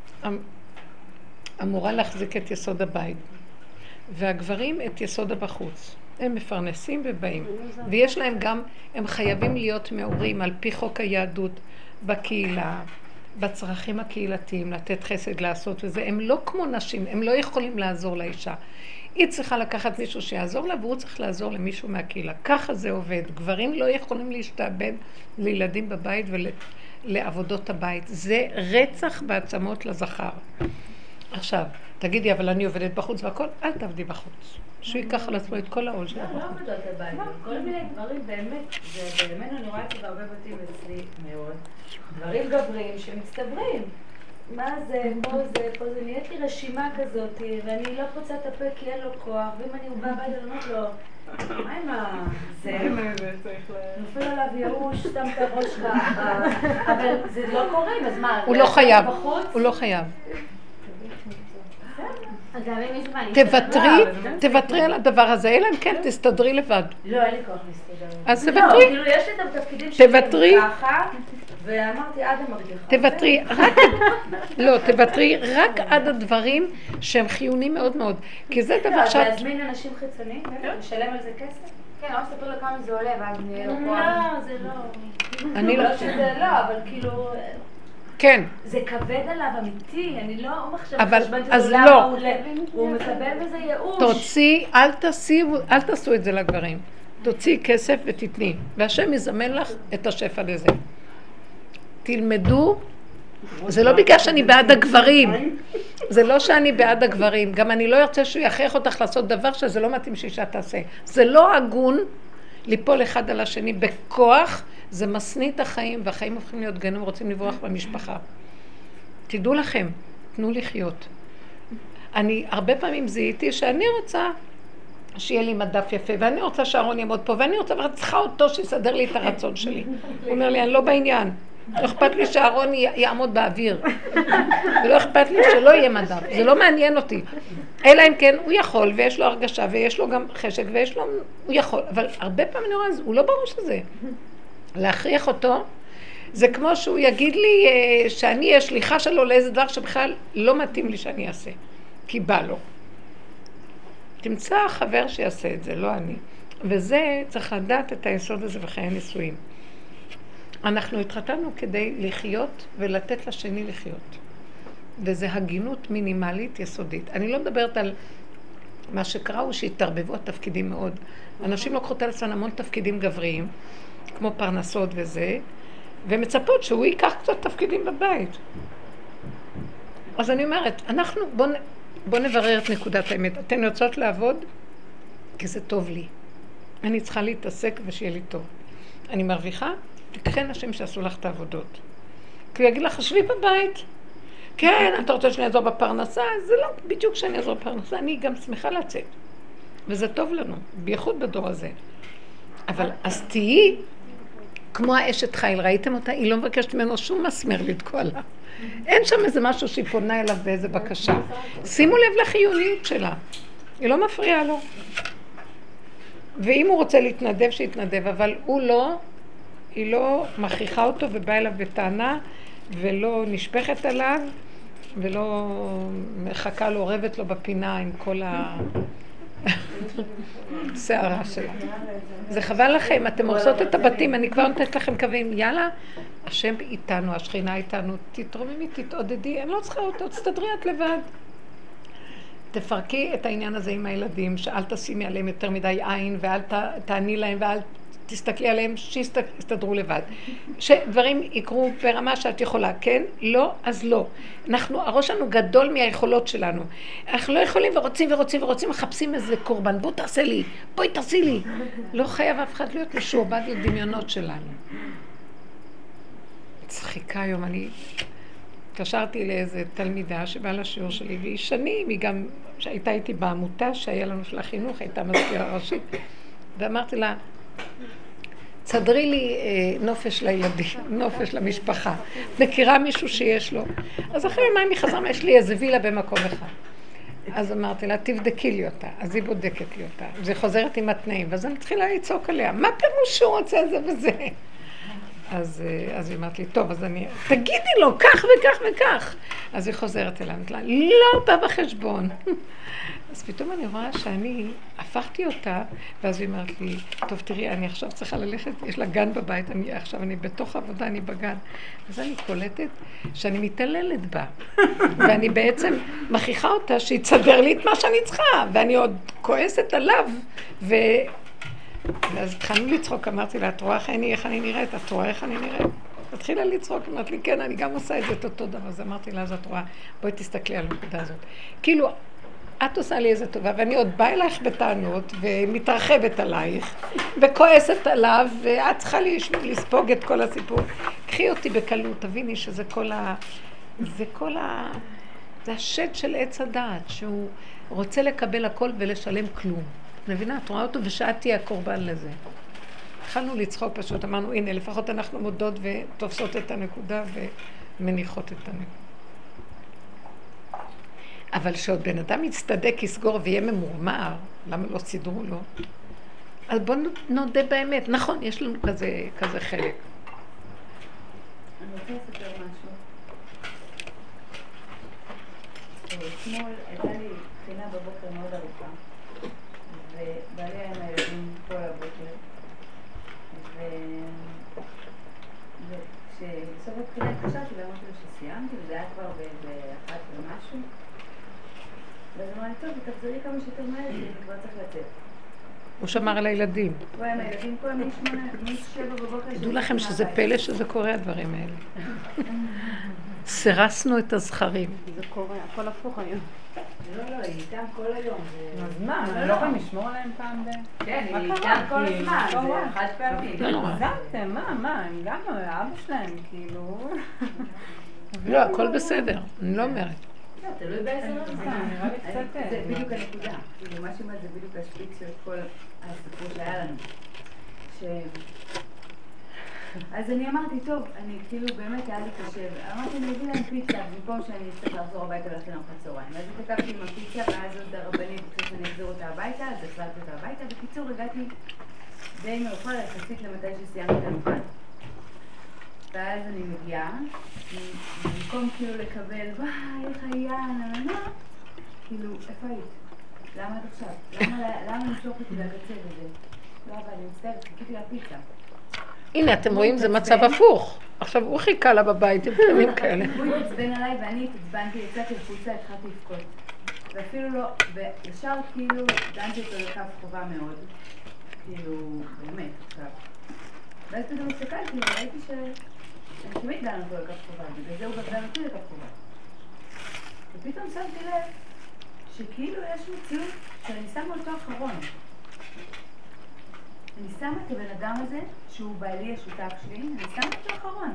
אמורה להחזיק את יסוד הבית, והגברים את יסוד הבחוץ. הם מפרנסים ובאים, ויש להם גם, הם חייבים להיות מעורים על פי חוק היהדות בקהילה, בצרכים הקהילתיים, לתת חסד לעשות וזה, הם לא כמו נשים, הם לא יכולים לעזור לאישה. היא צריכה לקחת מישהו שיעזור לה, והוא צריך לעזור למישהו מהקהילה. ככה זה עובד. גברים לא יכולים להשתעבד לילדים בבית ולעבודות הבית. זה רצח בעצמות לזכר. עכשיו, תגידי, אבל אני עובדת בחוץ והכל, אל תעבדי בחוץ. שהוא ייקח על עצמו את כל העול שלה בחוץ. לא עבודות הבית, כל מיני דברים באמת, ובאמת אני רואה את זה בהרבה בתים אצלי מאוד, דברים גבריים שמצטברים. מה זה, פה זה, נהיית לי רשימה כזאת, ואני לא פוצה את הפה כי אין לו כוח, ואם אני בא הביתה לענות לו, מה עם זה? נופל עליו ייאוש, סתם את הראש ככה, אבל זה לא קורה, אז מה? הוא לא חייב, הוא לא חייב. תוותרי על הדבר הזה, אלא אם כן תסתדרי לבד. לא, אין לי כוח להסתדר. אז תוותרי. כאילו יש לי את התפקידים שלי ככה, ואמרתי עד המרגיחה. תוותרי, לא, תוותרי רק עד הדברים שהם חיוניים מאוד מאוד. כי זה דבר שאת... להזמין אנשים חיצוניים, לשלם על זה כסף? כן, לא מספר לו כמה זה עולה, ואז נהיה לו פה. לא, זה לא. אני לא... זה לא, אבל כאילו... כן. זה כבד עליו אמיתי, אני לא מחשב אז לא. הוא מקבל בזה ייאוש. תוציא, אל תעשו את זה לגברים. תוציאי כסף ותתני, והשם יזמן לך את השפע לזה. תלמדו, זה לא בגלל שאני בעד הגברים, זה לא שאני בעד הגברים, גם אני לא ארצה שהוא יכריח אותך לעשות דבר שזה לא מתאים שאישה תעשה. זה לא הגון ליפול אחד על השני בכוח זה מסניא את החיים, והחיים הופכים להיות גנום, רוצים לברוח במשפחה. תדעו לכם, תנו לחיות. אני הרבה פעמים זיהיתי שאני רוצה שיהיה לי מדף יפה, ואני רוצה שאהרון יעמוד פה, ואני רוצה, ואני צריכה אותו שיסדר לי את הרצון שלי. הוא אומר לי, אני לא בעניין. לא אכפת לי שאהרון יעמוד באוויר. ולא אכפת לי שלא יהיה מדף. זה לא מעניין אותי. אלא אם כן, הוא יכול, ויש לו הרגשה, ויש לו גם חשק, ויש לו... הוא יכול. אבל הרבה פעמים אני רואה, הוא לא בראש הזה. להכריח אותו, זה כמו שהוא יגיד לי שאני אהיה שליחה שלו לאיזה דבר שבכלל לא מתאים לי שאני אעשה. כי בא לו. תמצא חבר שיעשה את זה, לא אני. וזה צריך לדעת את היסוד הזה בחיי נישואים. אנחנו התחתנו כדי לחיות ולתת לשני לחיות. וזה הגינות מינימלית יסודית. אני לא מדברת על מה שקרה הוא שהתערבבו התפקידים מאוד. אנשים לוקחות על עצמם המון תפקידים גבריים, כמו פרנסות וזה, ומצפות שהוא ייקח קצת תפקידים בבית. אז אני אומרת, אנחנו בוא נברר את נקודת האמת. אתן רוצות לעבוד? כי זה טוב לי. אני צריכה להתעסק ושיהיה לי טוב. אני מרוויחה? תקחי נשים שעשו לך את העבודות. כי הוא יגיד לך, שבי בבית. כן, אתה רוצה שאני אעזור בפרנסה? זה לא בדיוק שאני אעזור בפרנסה, אני גם שמחה לצאת. וזה טוב לנו, בייחוד בדור הזה. אבל אז תהיי כמו האשת חיל, ראיתם אותה? היא לא מבקשת ממנו שום מסמר לתקוע לה. אין שם איזה משהו שהיא פונה אליו באיזה בקשה. שימו לב לחיוניות שלה. היא לא מפריעה לו. ואם הוא רוצה להתנדב, שיתנדב, אבל הוא לא, היא לא מכריחה אותו ובאה אליו בטענה, ולא נשפכת עליו, ולא מחכה לו, רבת לו בפינה עם כל השערה שלה. זה חבל לכם, אתם עושות את הבתים, אני כבר נותנת לכם קווים, יאללה, השם איתנו, השכינה איתנו, תתרוממי, תתעודדי, אני לא צריכה אותו, תסתדרי את לבד. תפרקי את העניין הזה עם הילדים, שאל תשימי עליהם יותר מדי עין, ואל תעני להם, ואל תסתכלי עליהם, שיסתדרו לבד. שדברים יקרו ברמה שאת יכולה, כן? לא, אז לא. הראש שלנו גדול מהיכולות שלנו. אנחנו לא יכולים ורוצים, מחפשים איזה קורבן, בוא תעשה לי, בואי תעשי לי. לא חייב אף אחד להיות משועבד לדמיונות שלנו. צחיקה היום, אני התקשרתי לאיזה תלמידה שבאה לשיעור שלי, והיא שנים, היא גם, שהייתה איתי בעמותה שהיה לנו של החינוך, הייתה מזכירה ראשית, ואמרתי לה, תסדרי לי נופש לילדים, נופש למשפחה. מכירה מישהו שיש לו. אז אחרי יומיים היא חזרה, יש לי איזה וילה במקום אחד. אז אמרתי לה, תבדקי לי אותה. אז היא בודקת לי אותה. אז היא חוזרת עם התנאים, ואז אני מתחילה לצעוק עליה. מה פירוש שהוא רוצה זה וזה? אז היא אמרת לי, טוב, אז אני... תגידי לו, כך וכך וכך. אז היא חוזרת אליי, אמרת לה, לא בא בחשבון. אז פתאום אני רואה שאני הפכתי אותה, ואז היא אמרת לי, טוב תראי, אני עכשיו צריכה ללכת, יש לה גן בבית, עכשיו אני בתוך עבודה, אני בגן. אז אני קולטת שאני מתעללת בה, ואני בעצם מכריחה אותה שהיא תסדר לי את מה שאני צריכה, ואני עוד כועסת עליו, ואז התחלנו לצחוק, אמרתי לה, את רואה איך אני נראית? את רואה איך אני נראית? התחילה לצחוק, אמרת לי, כן, אני גם עושה את זה את אותו דבר. אז אמרתי לה, אז את רואה, בואי תסתכלי על הנקודה הזאת. כאילו, את עושה לי איזה טובה, ואני עוד באה אלייך בטענות, ומתרחבת עלייך, וכועסת עליו, ואת צריכה לספוג את כל הסיפור. קחי אותי בקלות, תביני שזה זה השד של עץ הדעת, שהוא רוצה לקבל הכל ולשלם כלום. מבינה, את רואה אותו ושאת תהיה הקורבן לזה. התחלנו לצחוק פשוט, אמרנו, הנה, לפחות אנחנו מודות ותופסות את הנקודה ומניחות את הנקודה. אבל שעוד בן אדם יצטדק, יסגור ויהיה ממורמר, למה לא סידרו לו? אז בואו נודה באמת. נכון, יש לנו כזה חלק. אני רוצה לספר משהו. אתמול הייתה לי בחינה בבוקר מאוד ארוכה, ובעלי היה עם הילדים כל הבוקר, וכשבסוף הבחינה התקשרתי ואמרתי לו שסיימתי, וזה היה כבר באחת ומשהו, ואז אמרה לי, טוב, תחזרי כמה שיותר מהר, כי אני כבר צריך לצאת. הוא שמר על הילדים. הוא היה עם הילדים כל מ-7 בבוקר. תדעו לכם שזה פלא שזה קורה, הדברים האלה. סירסנו את הזכרים. זה קורה, הכל הפוך היום. לא, היא איתם כל היום. אז מה, אני לא יכולים לשמור עליהם פעם ב... כן, היא איתם כל הזמן, זה חד פעמי. הגזמתם, מה, הם גם, אבא שלהם, כאילו... לא, הכל בסדר, אני לא אומרת. לא, תלוי באיזה רמה. נראה לי קצת... זה בדיוק הנקודה. כאילו, מה שאומרת זה בדיוק השפיץ של כל הסיפור שהיה לנו. אז אני אמרתי, טוב, אני כאילו באמת היה לי קשה, אמרתי, אני אביא להם פיצה, במקום שאני אצטרך לחזור הביתה ולהכין ארוחת צהריים. ואז התעכבתי עם הפיצה, ואז עוד הרבנית ביקשו שאני אחזיר אותה הביתה, אז החזרתי אותה הביתה. בקיצור, הגעתי די מאוחר יחסית למתי שסיימתי את המבחן. ואז אני מגיעה, במקום כאילו לקבל, וואי, איך היה, כאילו, איפה היית? למה את עכשיו? למה למשוך אותי לקצה וזה? לא, אבל אני מצטערת, חיכיתי לפיצה. הנה, אתם רואים, זה מצב הפוך. עכשיו, הוא חיכה לה בבית עם קטנים כאלה. הוא התעצבן עליי ואני התעצבנתי, יצאתי לחוצה, התחלתי לבכות. ואפילו לא, וישר כאילו דנתי אותו לקו חובה מאוד. כאילו, באמת, עכשיו. ואז פתאום הסתכלתי וראיתי שאני תמיד דן אותו לקו חובה, בגלל זה הוא גם דן אותי לקו חובה. ופתאום שמתי לב שכאילו יש מציאות שאני שמה אותו אחרון. אני שמה את הבן אדם הזה, שהוא בעלי השותף שלי, אני שמה אותו אחרון.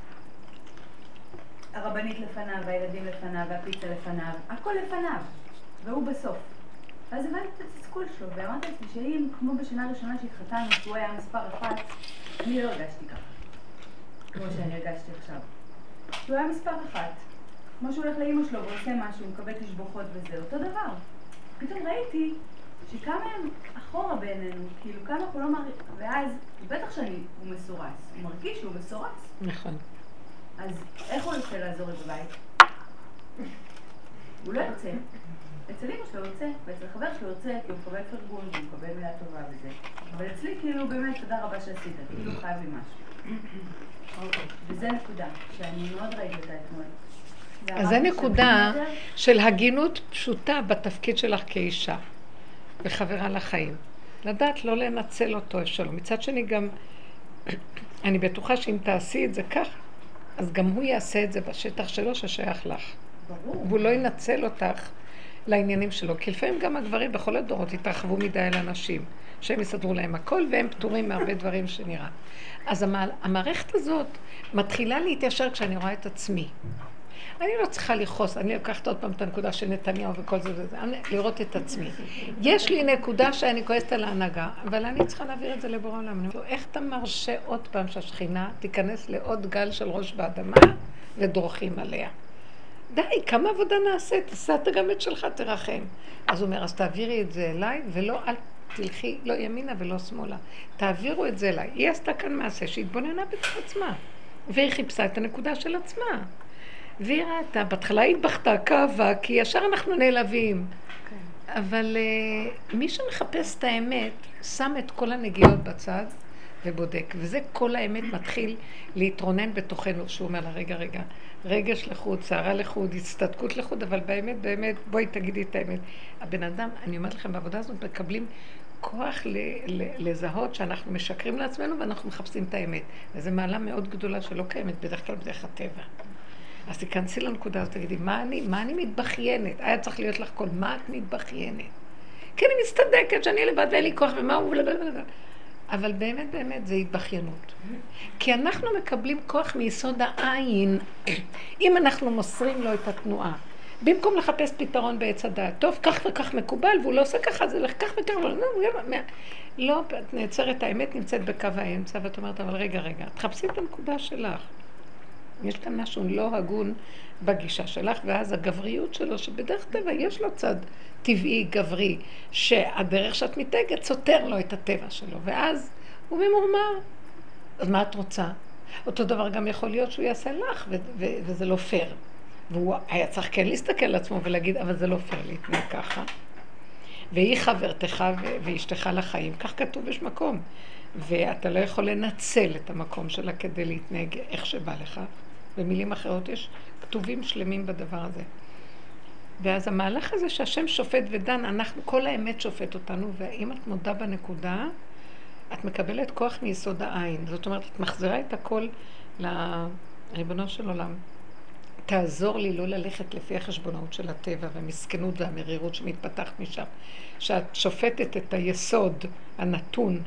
הרבנית לפניו, הילדים לפניו, והפיצה לפניו, הכל לפניו, והוא בסוף. ואז הבנתי את התסכול שלו, ואמרתי לעצמי שאם, כמו בשנה הראשונה שהתחתנו, שהוא היה מספר 1, אני לא הרגשתי ככה, כמו שאני הרגשתי עכשיו. שהוא היה מספר 1, כמו שהוא הולך לאמא שלו ועושה משהו, הוא מקבל תשבוכות וזה, אותו דבר. פתאום ראיתי שכמה הם אחורה בעינינו, כאילו כמה אנחנו לא מראים, ואז בטח שהוא מסורס, הוא מרגיש שהוא מסורס. נכון. אז איך הוא יוצא לעזור את בבית? הוא לא יוצא. אצל אמא שלו יוצא, ואצל חבר שלו יוצא, כי הוא מקבל פרגון, הוא מקבל מילה טובה וזה. אבל אצלי כאילו באמת תודה רבה שעשית, כאילו חייב לי משהו. וזה נקודה, שאני מאוד ראיתי אותה אתמול. אז זה נקודה של הגינות פשוטה בתפקיד שלך כאישה. וחברה לחיים. לדעת לא לנצל אותו שלו. מצד שני גם, אני בטוחה שאם תעשי את זה כך, אז גם הוא יעשה את זה בשטח שלו ששייך לך. ברור. והוא לא ינצל אותך לעניינים שלו. כי לפעמים גם הגברים בכל הדורות התרחבו מדי על אנשים, שהם יסדרו להם הכל והם פטורים מהרבה דברים שנראה. אז המערכת הזאת מתחילה להתיישר כשאני רואה את עצמי. אני לא צריכה לכעוס, אני לוקחת עוד פעם את הנקודה של נתניהו וכל זה וזה, לראות את עצמי. יש לי נקודה שאני כועסת על ההנהגה, אבל אני צריכה להעביר את זה לבורא עולם. אני אומרת, איך אתה מרשה עוד פעם שהשכינה תיכנס לעוד גל של ראש באדמה ודורכים עליה? די, כמה עבודה נעשית, עשת גם את שלך, תרחם. אז הוא אומר, אז תעבירי את זה אליי, ולא אל תלכי, לא ימינה ולא שמאלה. תעבירו את זה אליי. היא עשתה כאן מעשה שהתבוננה בתוך עצמה, והיא חיפשה את הנקודה של עצמה. והיא ראתה, בהתחלה היא התבכתה, כאבה, כי ישר אנחנו נעלבים. אבל מי שמחפש את האמת, שם את כל הנגיעות בצד ובודק. וזה כל האמת מתחיל להתרונן בתוכנו, שהוא אומר לה, רגע, רגש לחוד, שערה לחוד, הצטדקות לחוד, אבל באמת, בואי תגידי את האמת. הבן אדם, אני אומרת לכם, בעבודה הזאת מקבלים כוח לזהות שאנחנו משקרים לעצמנו ואנחנו מחפשים את האמת. וזו מעלה מאוד גדולה שלא קיימת, בדרך כלל בדרך הטבע. אז תיכנסי לנקודה, אז תגידי, מה אני מתבחיינת? היה צריך להיות לך כל, מה את מתבחיינת? כי אני מסתדקת שאני לבד ואין לי כוח ומה הוא אבל באמת זה התבחיינות. כי אנחנו מקבלים כוח מיסוד העין, אם אנחנו מוסרים לו את התנועה. במקום לחפש פתרון בעץ הדעת, טוב, כך וכך מקובל, והוא לא עושה ככה, זה לך כך וכך, לא, את נעצרת, האמת נמצאת בקו האמצע, ואת אומרת, אבל רגע, תחפשי את הנקודה שלך. יש כאן משהו לא הגון בגישה שלך, ואז הגבריות שלו, שבדרך טבע יש לו צד טבעי גברי, שהדרך שאת מתגת סותר לו את הטבע שלו, ואז הוא ממורמר. אז מה את רוצה? אותו דבר גם יכול להיות שהוא יעשה לך, וזה לא פייר. והוא היה צריך כן להסתכל על עצמו ולהגיד, אבל זה לא פייר להתנהג ככה. והיא חברתך ואשתך לחיים, כך כתוב יש מקום. ואתה לא יכול לנצל את המקום שלה כדי להתנהג איך שבא לך. במילים אחרות יש כתובים שלמים בדבר הזה. ואז המהלך הזה שהשם שופט ודן, כל האמת שופט אותנו, ואם את מודה בנקודה, את מקבלת כוח מיסוד העין. זאת אומרת, את מחזירה את הכל לריבונו של עולם. תעזור לי לא ללכת לפי החשבונאות של הטבע והמסכנות והמרירות שמתפתחת משם. שאת שופטת את היסוד הנתון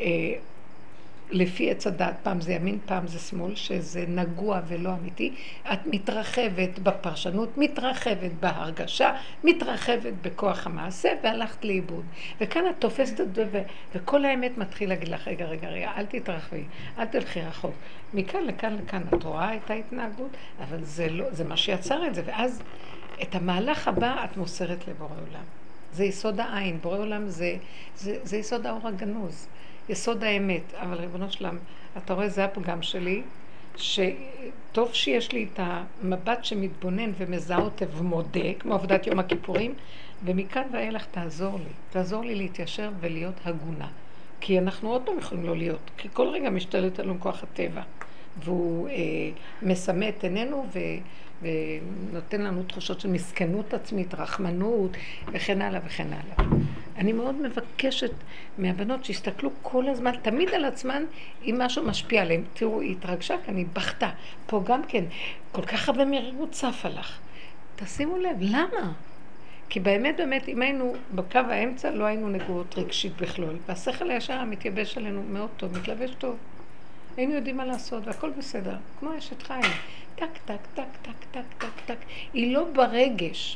לפי עץ הדעת, פעם זה ימין, פעם זה שמאל, שזה נגוע ולא אמיתי. את מתרחבת בפרשנות, מתרחבת בהרגשה, מתרחבת בכוח המעשה, והלכת לאיבוד. וכאן את תופסת את זה, וכל האמת מתחיל להגיד לך, רגע, אל תתרחבי, אל תלכי רחוק. מכאן לכאן, את רואה את ההתנהגות, אבל זה מה שיצר את זה. ואז את המהלך הבא את מוסרת לבורא עולם. זה יסוד העין, בורא עולם זה יסוד האור הגנוז. יסוד האמת, אבל ריבונו שלם, אתה רואה, זה הפגם שלי, שטוב שיש לי את המבט שמתבונן ומזהה אותה ומודה, כמו עבודת יום הכיפורים, ומכאן ואילך תעזור לי להתיישר ולהיות הגונה. כי אנחנו עוד פעם יכולים לא להיות, כי כל רגע משתלט עלינו כוח הטבע, והוא מסמא את עינינו ונותן לנו תחושות של מסכנות עצמית, רחמנות וכן הלאה וכן הלאה. אני מאוד מבקשת מהבנות שיסתכלו כל הזמן, תמיד על עצמן, אם משהו משפיע עליהם. תראו, היא התרגשה כאן, היא בכתה. פה גם כן, כל כך הרבה מרירות צפה לך. תשימו לב, למה? כי באמת, אם היינו בקו האמצע, לא היינו נגועות רגשית בכלול. והשכל הישר מתייבש עלינו מאוד טוב, מתלבש טוב. היינו יודעים מה לעשות, והכל בסדר. כמו אשת חיים. טק, טק, טק, טק, טק, טק, טק. היא לא ברגש.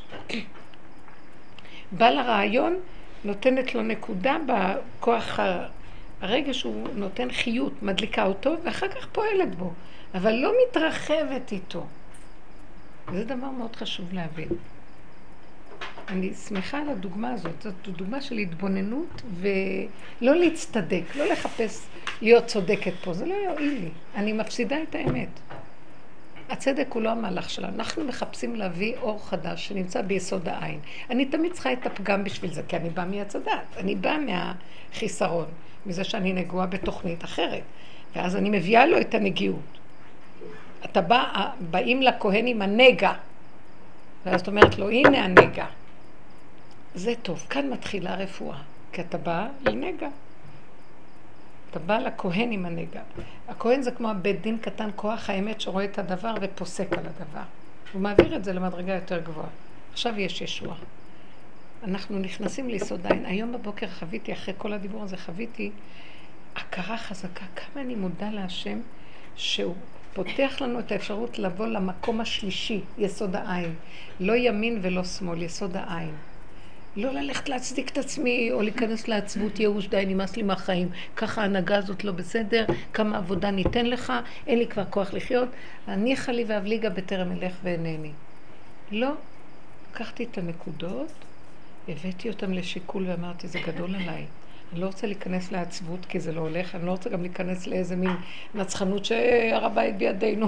בא לרעיון, נותנת לו נקודה בכוח הרגש, הוא נותן חיות, מדליקה אותו, ואחר כך פועלת בו. אבל לא מתרחבת איתו. וזה דבר מאוד חשוב להבין. אני שמחה על הדוגמה הזאת. זאת דוגמה של התבוננות ולא להצטדק, לא לחפש להיות צודקת פה. זה לא יועיל לי. אני מפסידה את האמת. הצדק הוא לא המהלך שלנו. אנחנו מחפשים להביא אור חדש שנמצא ביסוד העין. אני תמיד צריכה את הפגם בשביל זה, כי אני באה מהצדק. אני באה מהחיסרון, מזה שאני נגועה בתוכנית אחרת. ואז אני מביאה לו את הנגיעות. אתה באים לכהן עם הנגע. ואז את אומרת לו, הנה הנגע. זה טוב, כאן מתחילה רפואה. כי אתה בא לנגע. אתה בא לכהן עם הנגע. הכהן זה כמו הבית דין קטן, כוח האמת שרואה את הדבר ופוסק על הדבר. הוא מעביר את זה למדרגה יותר גבוהה. עכשיו יש ישוע. אנחנו נכנסים ליסוד העין. היום בבוקר חוויתי, אחרי כל הדיבור הזה, חוויתי הכרה חזקה. כמה אני מודה להשם שהוא פותח לנו את האפשרות לבוא למקום השלישי, יסוד העין. לא ימין ולא שמאל, יסוד העין. לא ללכת להצדיק את עצמי, או להיכנס לעצבות, ייאוש, די, נמאס לי מהחיים. ככה ההנהגה הזאת לא בסדר, כמה עבודה ניתן לך, אין לי כבר כוח לחיות. הניחה לי ואבליגה בטרם אלך ואינני. לא, לקחתי את הנקודות, הבאתי אותם לשיקול ואמרתי, זה גדול עליי. אני לא רוצה להיכנס לעצבות כי זה לא הולך, אני לא רוצה גם להיכנס לאיזה מין נצחנות שהר הבית בידינו.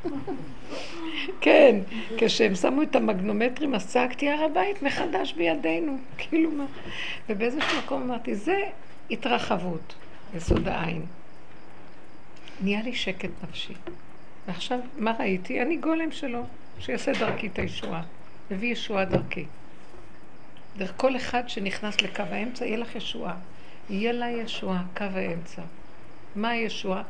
כן, כשהם שמו את המגנומטרים, אז צעקתי, הר הבית מחדש בידינו. כאילו מה? ובאיזשהו מקום אמרתי, זה התרחבות, יסוד העין. נהיה לי שקט נפשי. ועכשיו, מה ראיתי? אני גולם שלו, שיעשה דרכי את הישועה. הביא ישועה דרכי. דרך כל אחד שנכנס לקו האמצע, יהיה לך ישועה. יהיה לה ישועה, קו האמצע. מה הישועה?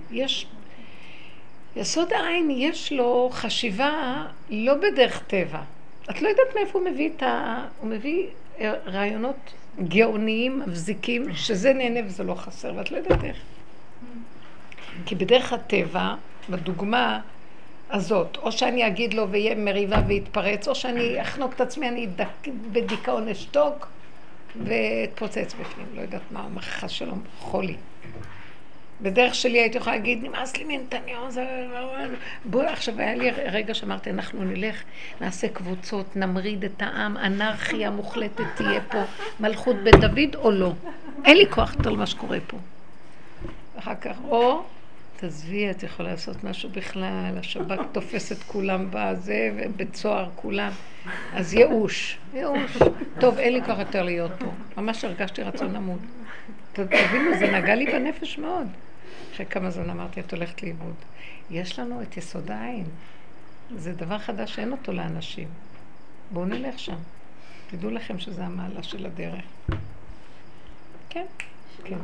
יסוד העין יש לו חשיבה לא בדרך טבע. את לא יודעת מאיפה הוא מביא הוא מביא רעיונות גאוניים, מבזיקים, שזה נהנה וזה לא חסר, ואת לא יודעת איך. כי בדרך הטבע, בדוגמה הזאת, או שאני אגיד לו ויהיה מריבה ויתפרץ, או שאני אחנוק את עצמי, אני בדיכאון אשתוק ואתפוצץ בפנים. לא יודעת מה, המחס שלו חולי. בדרך שלי הייתי יכולה להגיד, נמאס לי מנתניהו, בוא, עכשיו היה לי רגע שאמרתי, אנחנו נלך, נעשה קבוצות, נמריד את העם, אנרכיה מוחלטת תהיה פה, מלכות בית דוד או לא. אין לי כוח יותר למה שקורה פה. אחר כך, או תעזבי, את יכולה לעשות משהו בכלל, השב"כ תופס את כולם בזה, ובצוהר כולם. אז ייאוש. טוב, אין לי כוח יותר להיות פה. ממש הרגשתי רצון למות. תבינו, זה נגע לי בנפש מאוד. אחרי כמה זמן אמרתי, את הולכת לאיבוד. יש לנו את יסוד העין. זה דבר חדש שאין אותו לאנשים. בואו נלך שם. תדעו לכם שזה המעלה של הדרך. כן? כן.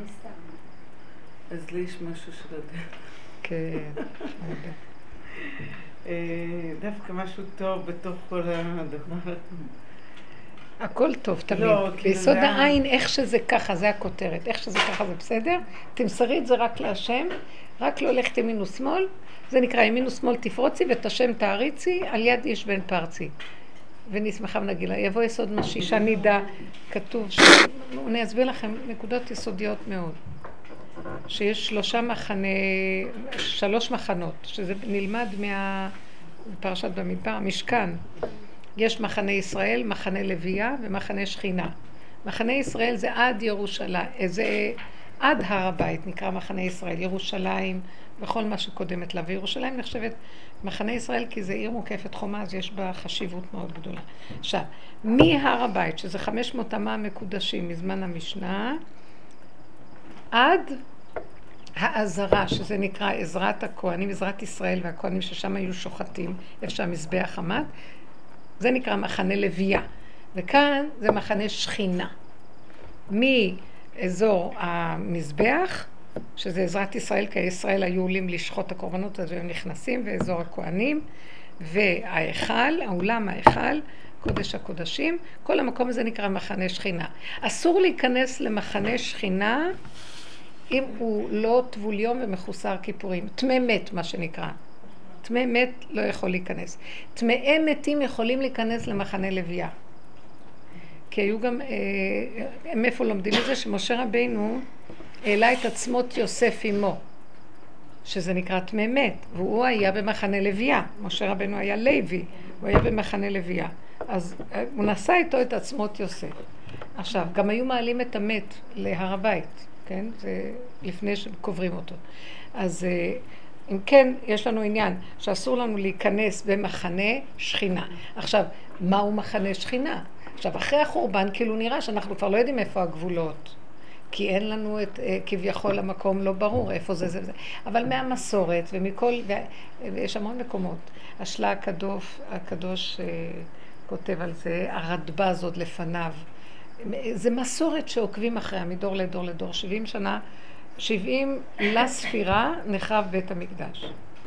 אז לי יש משהו של הדרך. כן. דווקא משהו טוב בתוך כל הדבר. הכל טוב תמיד. לא, ביסוד העין, איך שזה ככה, זה הכותרת. איך שזה ככה זה בסדר. תמסרי את זה רק להשם, רק לא הולכת ימין ושמאל. זה נקרא ימין ושמאל תפרוצי ואת השם תעריצי, על יד איש בן פרצי. ונשמחה ונגילה. יבוא יסוד משיח, שנידע, כתוב, אני אסביר לכם נקודות יסודיות מאוד. שיש שלוש מחנות, שזה נלמד מהפרשת במדבר, המשכן. יש מחנה ישראל, מחנה לוויה ומחנה שכינה. מחנה ישראל זה עד ירושלים, זה עד הר הבית נקרא מחנה ישראל, ירושלים וכל מה שקודמת לה. וירושלים נחשבת מחנה ישראל כי זה עיר מוקפת חומה, אז יש בה חשיבות מאוד גדולה. עכשיו, מהר הבית, שזה 500 אמה מקודשים מזמן המשנה, עד העזרה, שזה נקרא עזרת הכהנים, עזרת ישראל והכהנים ששם היו שוחטים, איפה שהמזבח עמד, זה נקרא מחנה לוויה. וכאן זה מחנה שכינה. מאזור המזבח, שזה עזרת ישראל, כי ישראל היו עולים לשחוט הקורבנות, אז הם נכנסים, ואזור הכהנים, והאכל, האולם האכל, קודש הקודשים, כל המקום הזה נקרא מחנה שכינה. אסור להיכנס למחנה שכינה, אם הוא לא טבול יום ומחוסר כיפורים. טמא מת, מה שנקרא. טמא מת לא יכול להיכנס. טמאי מתים יכולים להיכנס למחנה לוויה. כי היו גם, מאיפה לומדים את זה? שמשה רבינו העלה את עצמות יוסף עמו, שזה נקרא טמא מת, והוא היה במחנה לוויה. משה רבינו היה לוי, הוא היה במחנה לוויה. אז הוא נשא איתו את עצמות יוסף. עכשיו, גם היו מעלים את המת להר הבית. כן? זה לפני שקוברים אותו. אז אם כן, יש לנו עניין שאסור לנו להיכנס במחנה שכינה. עכשיו, מהו מחנה שכינה? עכשיו, אחרי החורבן, כאילו נראה שאנחנו כבר לא יודעים איפה הגבולות. כי אין לנו את, כביכול המקום לא ברור איפה זה. אבל מהמסורת ומכל, ויש המון מקומות. השלה הקדוש כותב על זה, הרדבה הזאת לפניו. זה מסורת שעוקבים אחריה מדור לדור לדור, 70 שנה, 70 לספירה נחרב בית המקדש.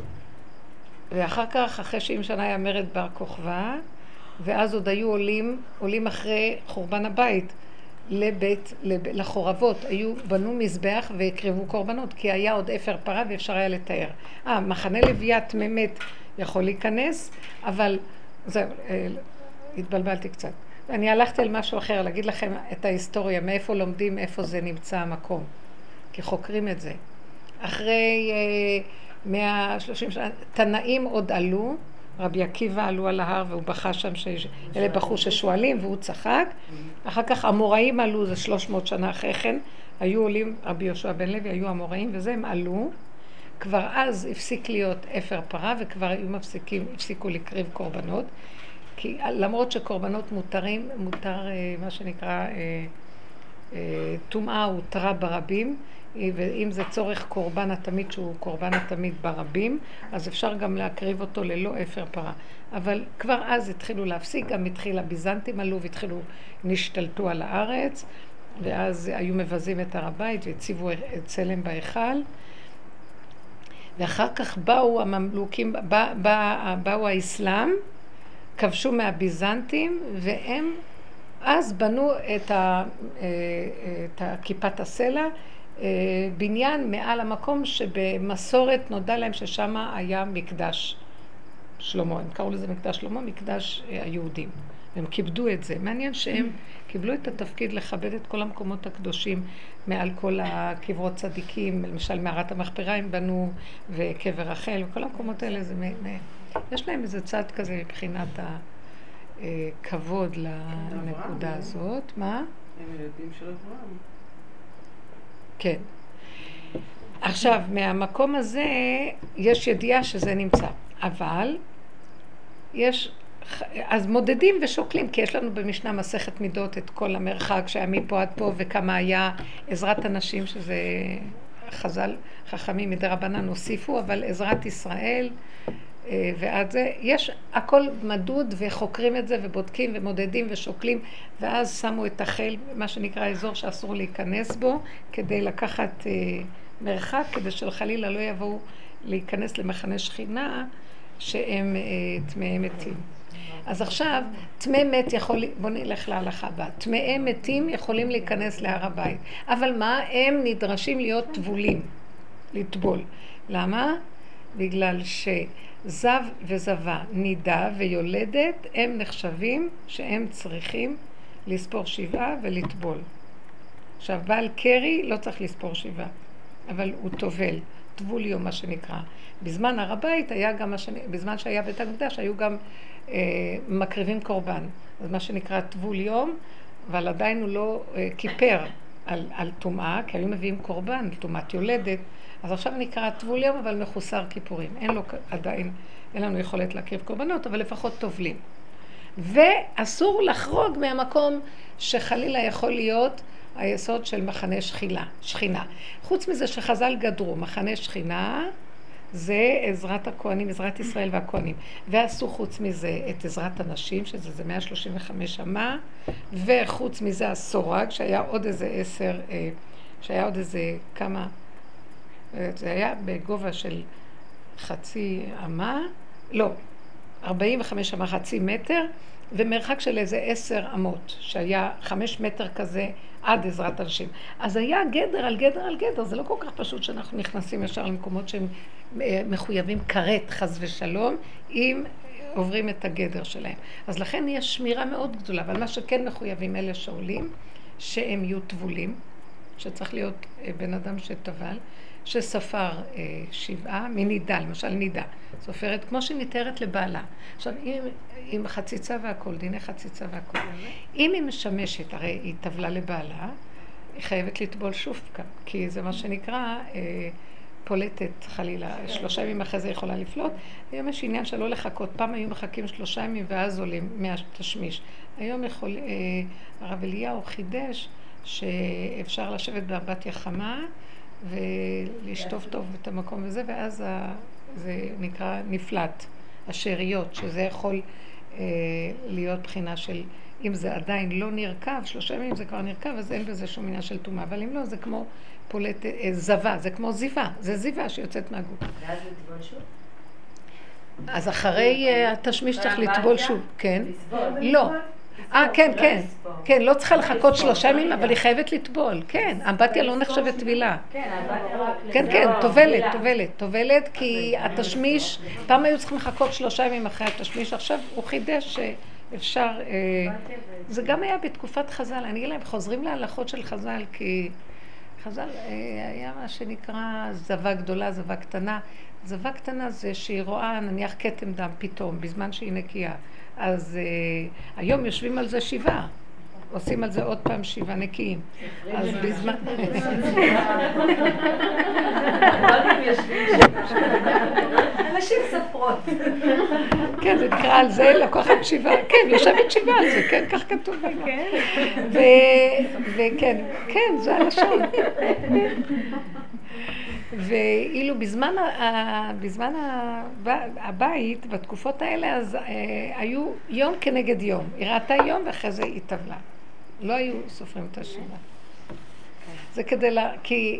ואחר כך, אחרי 70 שנה היה מרד בר כוכבא, ואז עוד היו עולים אחרי חורבן הבית לחורבות, בנו מזבח והקריבו קורבנות, כי היה עוד אפר פרה ואפשר היה לתאר. מחנה לוויית ממת יכול להיכנס, אבל זהו, התבלבלתי קצת. אני הלכתי על משהו אחר, להגיד לכם את ההיסטוריה, מאיפה לומדים, איפה זה נמצא המקום. כי חוקרים את זה. אחרי 130 שנה, תנאים עוד עלו, רבי עקיבא עלו על ההר והוא בכה שם, אלה בחו ששואלים והוא צחק. אחר כך המוראים עלו, זה 300 שנה אחרי כן, היו עולים, רבי יהושע בן לוי, היו המוראים וזה, הם עלו. כבר אז הפסיק להיות אפר פרה וכבר היו הפסיקו לקריב קורבנות. כי למרות שקורבנות מותר מה שנקרא טומאה הותרה ברבים, ואם זה צורך קורבן התמיד שהוא קורבן התמיד ברבים, אז אפשר גם להקריב אותו ללא אפר פרה. אבל כבר אז התחילו להפסיק, גם התחיל הביזנטים עלו והתחילו, נשתלטו על הארץ, ואז היו מבזים את הר הבית והציבו צלם בהיכל, ואחר כך באו הממלוכים, באו האסלאם, כבשו מהביזנטים, והם אז בנו את כיפת הסלע, בניין מעל המקום שבמסורת נודע להם ששם היה מקדש שלמה. הם קראו לזה מקדש שלמה, מקדש היהודים. הם כיבדו את זה. מעניין שהם קיבלו את התפקיד לכבד את כל המקומות הקדושים מעל כל הקברות צדיקים, למשל מערת המכפרה הם בנו וקבר רחל, וכל המקומות האלה זה יש להם איזה צד כזה מבחינת הכבוד לנקודה הזאת. מה? הם ילדים של אברהם. כן. עכשיו, מהמקום הזה יש ידיעה שזה נמצא, אבל אז מודדים ושוקלים, כי יש לנו במשנה מסכת מידות את כל המרחק שהיה מפה עד פה, וכמה היה עזרת הנשים, שזה חכמים מדרבנן הוסיפו, אבל עזרת ישראל, ועד זה, יש הכל מדוד וחוקרים את זה ובודקים ומודדים ושוקלים, ואז שמו את החל, מה שנקרא אזור שאסור להיכנס בו, כדי לקחת מרחק, כדי שחלילה לא יבואו להיכנס למחנה שכינה, שהם טמאי מתים. אז עכשיו, טמא מת יכול, בוא נלך להלכה הבאה, טמאי מתים יכולים להיכנס להר הבית, אבל מה? הם נדרשים להיות טבולים, לטבול. למה? בגלל שזב וזבה, נידה ויולדת, הם נחשבים שהם צריכים לספור 7 ולטבול. עכשיו, בעל קרי לא צריך לספור 7, אבל הוא טובל, טבול יום מה שנקרא. בזמן הר הבית היה גם, בזמן שהיה בית המקדש, היו גם מקריבים קורבן. אז מה שנקרא טבול יום, אבל עדיין הוא לא כיפר על טומאה, כי היו מביאים קורבן, טומאת יולדת. אז עכשיו נקרא טבול יום, אבל מחוסר כיפורים. אין לו עדיין, אין לנו יכולת להקריב קורבנות, אבל לפחות טובלים. ואסור לחרוג מהמקום שחלילה יכול להיות היסוד של מחנה שכינה. חוץ מזה שחז"ל גדרו, מחנה שכינה זה עזרת הכהנים, עזרת ישראל והכהנים. ועשו חוץ מזה את עזרת הנשים, שזה 135 אמה, וחוץ מזה הסורג, שהיה עוד איזה כמה, זה היה בגובה של חצי אמה, לא, 45 אמה, חצי מטר, ומרחק של איזה 10 אמות, שהיה 5 מטר כזה עד עזרת אנשים. אז היה גדר על גדר על גדר, זה לא כל כך פשוט שאנחנו נכנסים ישר למקומות שהם מחויבים כרת, חס ושלום, אם עוברים את הגדר שלהם. אז לכן יש שמירה מאוד גדולה, אבל מה שכן מחויבים אלה שעולים, שהם יהיו טבולים, שצריך להיות בן אדם שטבל, שספר 7 מנידה, למשל נידה, סופרת כמו שניתרת לבעלה. עכשיו, עם חציצה והכל, דיני חציצה והכל, אם היא משמשת, הרי היא טבלה לבעלה, היא חייבת לטבול שוב כאן, כי זה מה שנקרא פולטת חלילה, 3 ימים אחרי זה יכולה לפלוט. היום יש עניין שלא לחכות, פעם היו מחכים 3 ימים ואז עולים מהתשמיש. היום יכול, הרב אליהו חידש שאפשר לשבת באמבטיה חמה, ולשטוף טוב את המקום וזה, ואז זה נקרא נפלט, השאריות, שזה יכול להיות בחינה של, אם זה עדיין לא נרכב, 3 ימים זה כבר נרכב, אז אין בזה שום עניין של טומאה, אבל אם לא, זה כמו פולט זבה, זה כמו זיווה, זה זיווה שיוצאת מהגוף. ואז לטבול שוב? אז אחרי התשמיש צריך לטבול שוב, כן? לא. כן, כן, כן, לא צריכה לחכות 3 ימים, אבל היא חייבת לטבול, כן, אמבטיה לא נחשבת טבילה. כן, כן, טובלת, כי התשמיש, פעם היו צריכים לחכות 3 ימים אחרי התשמיש, עכשיו הוא חידש שאפשר, זה גם היה בתקופת חז"ל, אני אגיד להם, חוזרים להלכות של חז"ל, כי חז"ל היה מה שנקרא זבה גדולה, זבה קטנה. זבה קטנה זה שהיא רואה נניח כתם דם פתאום, בזמן שהיא נקייה. אז היום יושבים על זה 7, עושים על זה עוד פעם 7 נקיים. אז בזמן... אנשים ספרות. כן, זה נקרא על זה, לקוחת 7, כן, יושבת 7 על זה, כן, כך כתוב. וכן, כן, זה הלשון. ואילו בזמן הבית, בתקופות האלה, אז היו יום כנגד יום. היא ראתה יום ואחרי זה היא טבלה. לא היו סופרים את השנה. זה כדי כי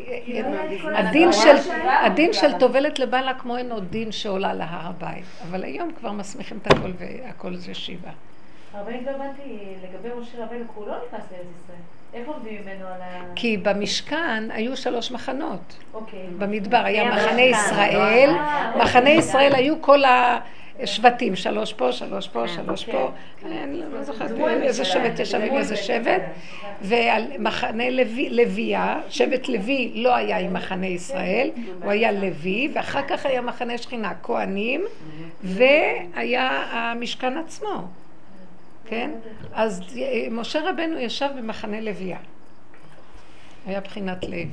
הדין של טובלת לבעלה כמו אינו דין שעולה להר הבית. אבל היום כבר מסמיכים את הכל והכל זה 7. הרבה התגלבנתי לגבי משה רבנו, הוא לא נכנס לארץ ישראל. איפה עומדים ממנו על ה... כי במשכן היו 3 מחנות. במדבר היה מחנה ישראל, מחנה ישראל היו כל השבטים, 3 פה, 3 פה, 3 פה, לא זוכרת איזה שבט ישב עם איזה שבט, ועל מחנה לוויה, שבט לוי לא היה עם מחנה ישראל, הוא היה לוי, ואחר כך היה מחנה שכינה, כהנים, והיה המשכן עצמו. כן? אז משה רבנו ישב במחנה לוויה. היה בחינת לוי.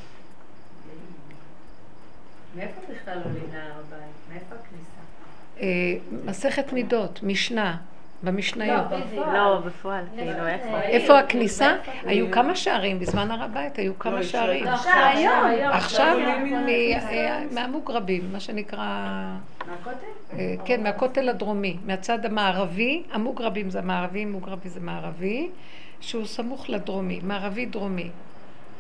מאיפה בכלל עולים להר הבית? מאיפה הכניסה? מסכת מידות, משנה, במשניות. לא, בפועל, כאילו איפה? איפה הכניסה? היו כמה שערים, בזמן הר הבית היו כמה שערים. עכשיו מהמוגרבים, מה שנקרא... מהכותל? כן, מהכותל הדרומי, מהצד המערבי, המוגרבים זה מערבי, מוגרבי זה מערבי, שהוא סמוך לדרומי, מערבי דרומי.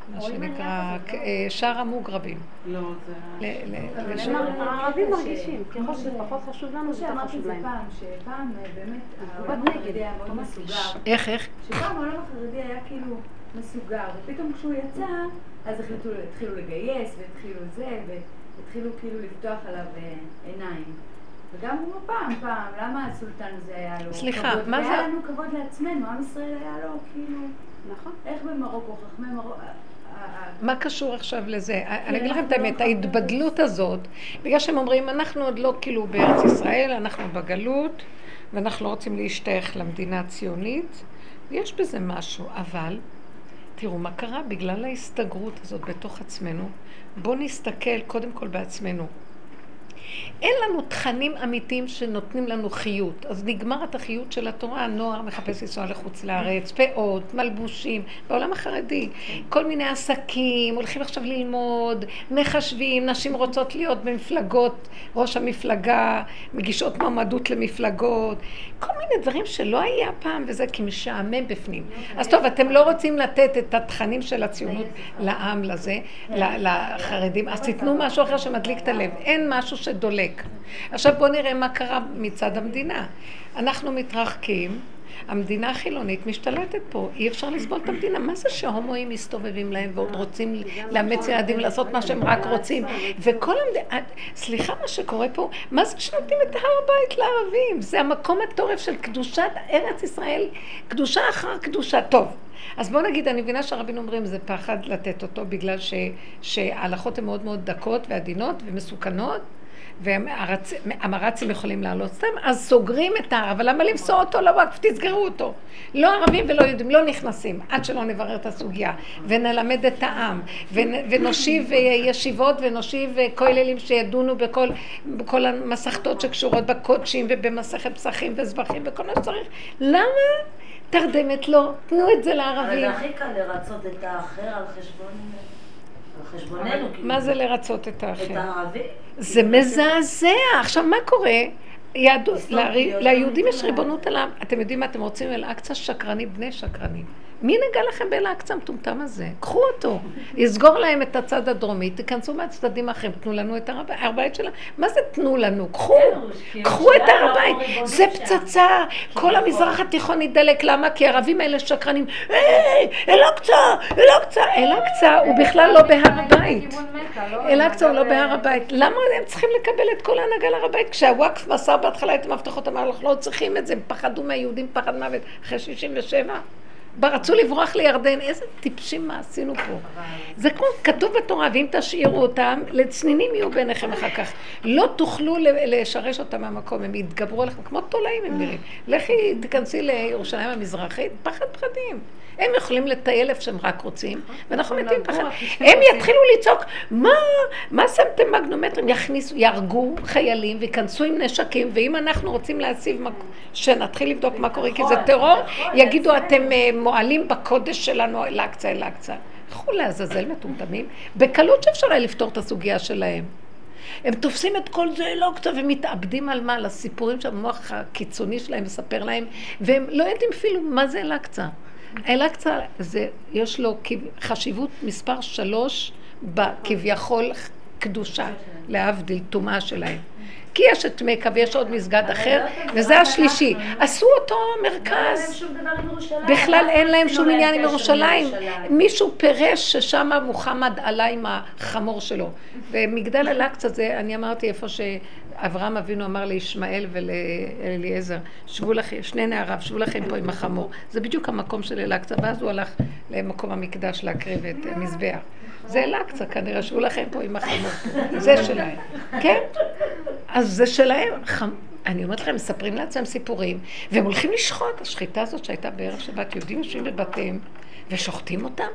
מה שנקרא, שער המוגרבים. לא, זה... הערבים מרגישים, ככל שפחות חשוב לנו, זה יותר חשוב להם. שפעם באמת העולם החרדי היה מאוד מסוגר. איך? שפעם העולם החרדי היה כאילו מסוגר, ופתאום כשהוא יצא, אז התחילו לגייס, והתחילו זה, והתחילו כאילו לפתוח עליו עיניים. וגם הוא פעם, למה הסולטן הזה היה לו סליחה, כבוד? מה זה? והיה לנו כבוד לעצמנו, עם ישראל היה לו כאילו... נכון. איך במרוקו, חכמי מרוקו... מה קשור עכשיו לזה? אני אגיד לכם את האמת, ההתבדלות הזאת, בגלל שהם אומרים, אנחנו עוד לא כאילו בארץ ישראל, אנחנו בגלות, ואנחנו לא רוצים להשתייך למדינה הציונית, יש בזה משהו, אבל תראו מה קרה בגלל ההסתגרות הזאת בתוך עצמנו. בואו נסתכל קודם כל בעצמנו. אין לנו תכנים אמיתיים שנותנים לנו חיות. אז נגמרת החיות של התורה, הנוער מחפש לנסוע לחוץ לארץ, פאות, מלבושים, בעולם החרדי. כל מיני עסקים, הולכים עכשיו ללמוד, מחשבים, נשים רוצות להיות במפלגות, ראש המפלגה, מגישות מועמדות למפלגות, כל מיני דברים שלא היה פעם, וזה כי משעמם בפנים. אז טוב, אתם לא רוצים לתת את התכנים של הציונות לעם לזה, לחרדים, אז תיתנו משהו אחר שמדליק את הלב. אין משהו שדולק. עכשיו בואו נראה מה קרה מצד המדינה. אנחנו מתרחקים, המדינה החילונית משתלטת פה, אי אפשר לסבול את המדינה. מה זה שהומואים מסתובבים להם ועוד רוצים לאמץ יעדים, לעשות מה שהם רק רוצים? וכל המדינה, סליחה מה שקורה פה, מה זה שנותנים את הר הבית לערבים? זה המקום הטורף של קדושת ארץ ישראל, קדושה אחר קדושה. טוב, אז בואו נגיד, אני מבינה שהרבים אומרים זה פחד לתת אותו, בגלל שההלכות הן מאוד מאוד דקות ועדינות ומסוכנות, והמרצים יכולים לעלות סתם, אז סוגרים את ההר, אבל למה למסור אותו לוואקף? תסגרו אותו. לא ערבים ולא יהודים, לא נכנסים, עד שלא נברר את הסוגיה, ונלמד את העם, ונושיב ישיבות, ונושיב כוללים שידונו בכל המסכתות שקשורות בקודשים, ובמסכת פסחים וזבחים, וכל מה שצריך. למה? תרדמת לו, תנו את זה לערבים. אבל הכי קל לרצות את האחר על חשבוננו. מה זה לרצות את האחר? את הערבי? זה מזעזע. עכשיו מה קורה? ליהודים יש ריבונות עליו. אתם יודעים מה אתם רוצים? אל-אקצא שקרנים, בני שקרנים. מי נגע לכם באל-אקצא המטומטם הזה? קחו אותו, יסגור להם את הצד הדרומי, תיכנסו מהצדדים האחרים, תנו לנו את הר הבית שלה. מה זה תנו לנו? קחו את הר הבית. זה פצצה, כל המזרח התיכון ידלק. למה? כי הערבים האלה שקרנים. אל-אקצא, אל-אקצא. אל-אקצא הוא בכלל לא בהר הבית. אל-אקצא הוא לא בהר הבית. למה הם צריכים לקבל את כל ההנהגה להר הבית? כשהוואקף מסר בהתחלה את המבטחות, אמר לך, לא צריכים את זה, הם פחדו מהיהודים, פחד מוות, אחרי 67. רצו לברוח לירדן, איזה טיפשים מה עשינו פה. זה כמו כתוב בתורה, ואם תשאירו אותם, לצנינים יהיו ביניכם אחר כך. לא תוכלו לשרש אותם מהמקום, הם יתגברו עליכם, כמו תולעים הם נראים. לכי תכנסי לירושלים המזרחית, פחד פחדים. הם יכולים לטייל איפה שהם רק רוצים, ואנחנו מתים פחד. הם יתחילו לצעוק, מה שמתם מגנומטרים? יהרגו חיילים ויכנסו עם נשקים, ואם אנחנו רוצים להציב שנתחיל לבדוק מה קורה, כי זה טרור, יגידו אתם מועלים בקודש שלנו, אל-אקצא, אל-אקצא. הלכו לעזאזל מטומטמים, בקלות שאפשר היה לפתור את הסוגיה שלהם. הם תופסים את כל זה אל-אקצא ומתאבדים על מה, לסיפורים שהמוח הקיצוני שלהם מספר להם, והם לא יודעים אפילו מה זה אל-אקצא. אל-אקצא יש לו חשיבות מספר 3 בכביכול קדושה, להבדיל, טומאה שלהם. כי יש את מכה ויש עוד מסגד אחר, וזה השלישי. עשו אותו מרכז. בכלל אין להם שום עניין עם ירושלים. מישהו פירש ששם מוחמד עלה עם החמור שלו. ומגדל אל-אקצא זה, אני אמרתי איפה שאברהם אבינו אמר לישמעאל ולאליעזר, שבו לכם, שני נעריו, שבו לכם פה עם החמור. זה בדיוק המקום של אל-אקצא, ואז הוא הלך למקום המקדש להקריב את המזבח. זה אל-אקצא, כנראה שבו לכם פה עם החמור. זה שלהם. כן? אז זה שלהם. אני אומרת לכם, מספרים לעצמם סיפורים, והם הולכים לשחוט. השחיטה הזאת שהייתה בערב שבת, יהודים יושבים בבתיהם, ושוחטים אותם.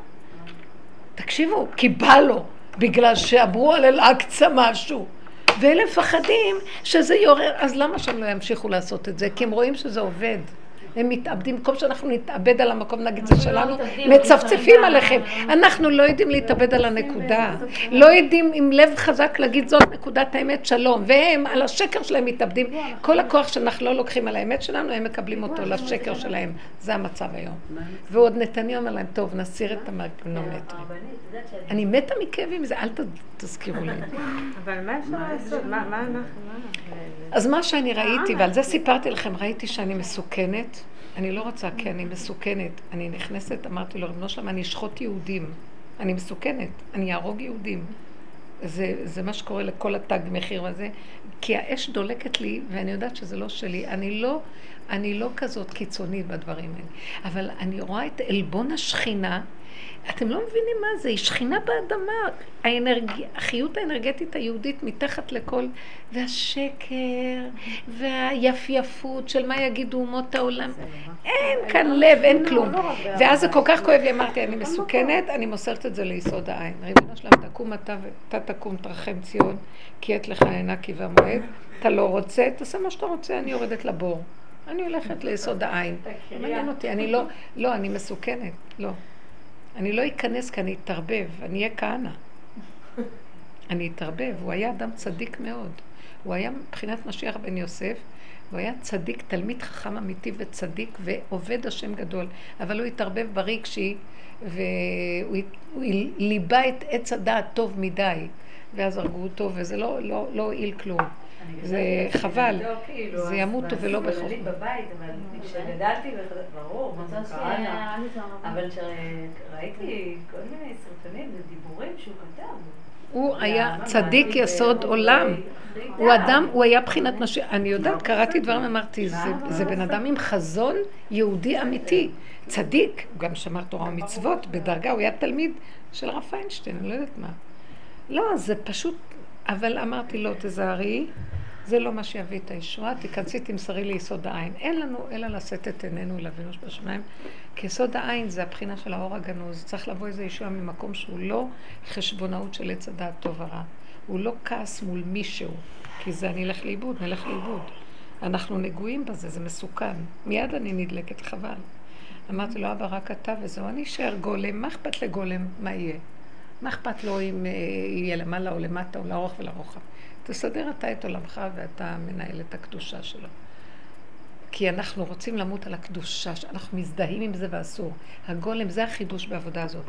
תקשיבו, כי בא לו, בגלל שאמרו על אל-אקצא משהו. ואלה מפחדים שזה יורר, אז למה שהם לא ימשיכו לעשות את זה? כי הם רואים שזה עובד. הם מתאבדים, במקום שאנחנו נתאבד על המקום, נגיד זה שלנו, מצפצפים עליכם. אנחנו לא יודעים להתאבד על הנקודה. לא יודעים עם לב חזק להגיד זאת נקודת האמת שלום. והם על השקר שלהם מתאבדים. כל הכוח שאנחנו לא לוקחים על האמת שלנו, הם מקבלים אותו לשקר שלהם. זה המצב היום. ועוד נתניהו אומר להם, טוב, נסיר את המגנומטרים. אני מתה מכאב עם זה, אל תזכירו לי. אבל מה אפשר לעשות? מה אנחנו? אז מה שאני ראיתי, ועל זה סיפרתי לכם, ראיתי שאני מסוכנת. אני לא רוצה, כי אני מסוכנת. אני נכנסת, אמרתי לו, רבנו שלמה, אני אשחוט יהודים. אני מסוכנת, אני אהרוג יהודים. זה מה שקורה לכל התג מחיר הזה. כי האש דולקת לי, ואני יודעת שזה לא שלי. אני לא כזאת קיצונית בדברים האלה. אבל אני רואה את אלבון השכינה, אתם לא מבינים מה זה, היא שכינה באדמה, החיות האנרגטית היהודית מתחת לכל, והשקר, והיפייפות של מה יגידו אומות העולם, אין כאן לב, אין כלום. ואז זה כל כך כואב לי, אמרתי, אני מסוכנת, אני מוסרת את זה ליסוד העין. ריבונו שלם, תקום אתה תקום תרחם ציון, כי עת לך עינה כי והמועד, אתה לא רוצה, תעשה מה שאתה רוצה, אני יורדת לבור. אני הולכת ליסוד העין. מעניין אותי, אני מסוכנת, לא. אני לא אכנס כי אני אתערבב, אני אהיה כהנא. אני אתערבב, הוא היה אדם צדיק מאוד. הוא היה מבחינת משיח בן יוסף, הוא היה צדיק, תלמיד חכם אמיתי וצדיק ועובד השם גדול. אבל הוא התערבב ברגשי, והוא ליבה את עץ הדעת טוב מדי, ואז הרגו אותו, וזה לא הועיל כלום. זה חבל, זה ימותו ולא בכלל. אני בבית, אבל כשגדלתי, ברור, אבל כשראיתי כל מיני סרטונים ודיבורים שהוא כתב. הוא היה צדיק יסוד עולם. הוא היה בחינת משיח. אני יודעת, קראתי דברים, אמרתי, זה בן אדם עם חזון יהודי אמיתי. צדיק, הוא גם שמר תורה ומצוות בדרגה, הוא היה תלמיד של הרב פיינשטיין, אני לא יודעת מה. לא, זה פשוט, אבל אמרתי לו, תזהרי, זה לא מה שיביא את הישועה, תיכנסי תמסרי ליסוד העין. אין לנו אלא לשאת את עינינו לאבינו שבשמיים, כי יסוד העין זה הבחינה של האור הגנוז. צריך לבוא איזה ישועה ממקום שהוא לא חשבונאות של עץ הדעת טוב ורע. הוא לא כעס מול מישהו, כי זה אני אלך לאיבוד, נלך לאיבוד. אנחנו נגועים בזה, זה מסוכן. מיד אני נדלקת, חבל. אמרתי לו, אבא, רק אתה וזהו, אני אשאר גולם, מה אכפת לגולם, מה יהיה? מה אכפת לו אם יהיה למעלה או למטה או לאורך ולרוחב? תסדר אתה את עולמך ואתה מנהל את הקדושה שלו. כי אנחנו רוצים למות על הקדושה, אנחנו מזדהים עם זה ואסור. הגולם זה החידוש בעבודה הזאת.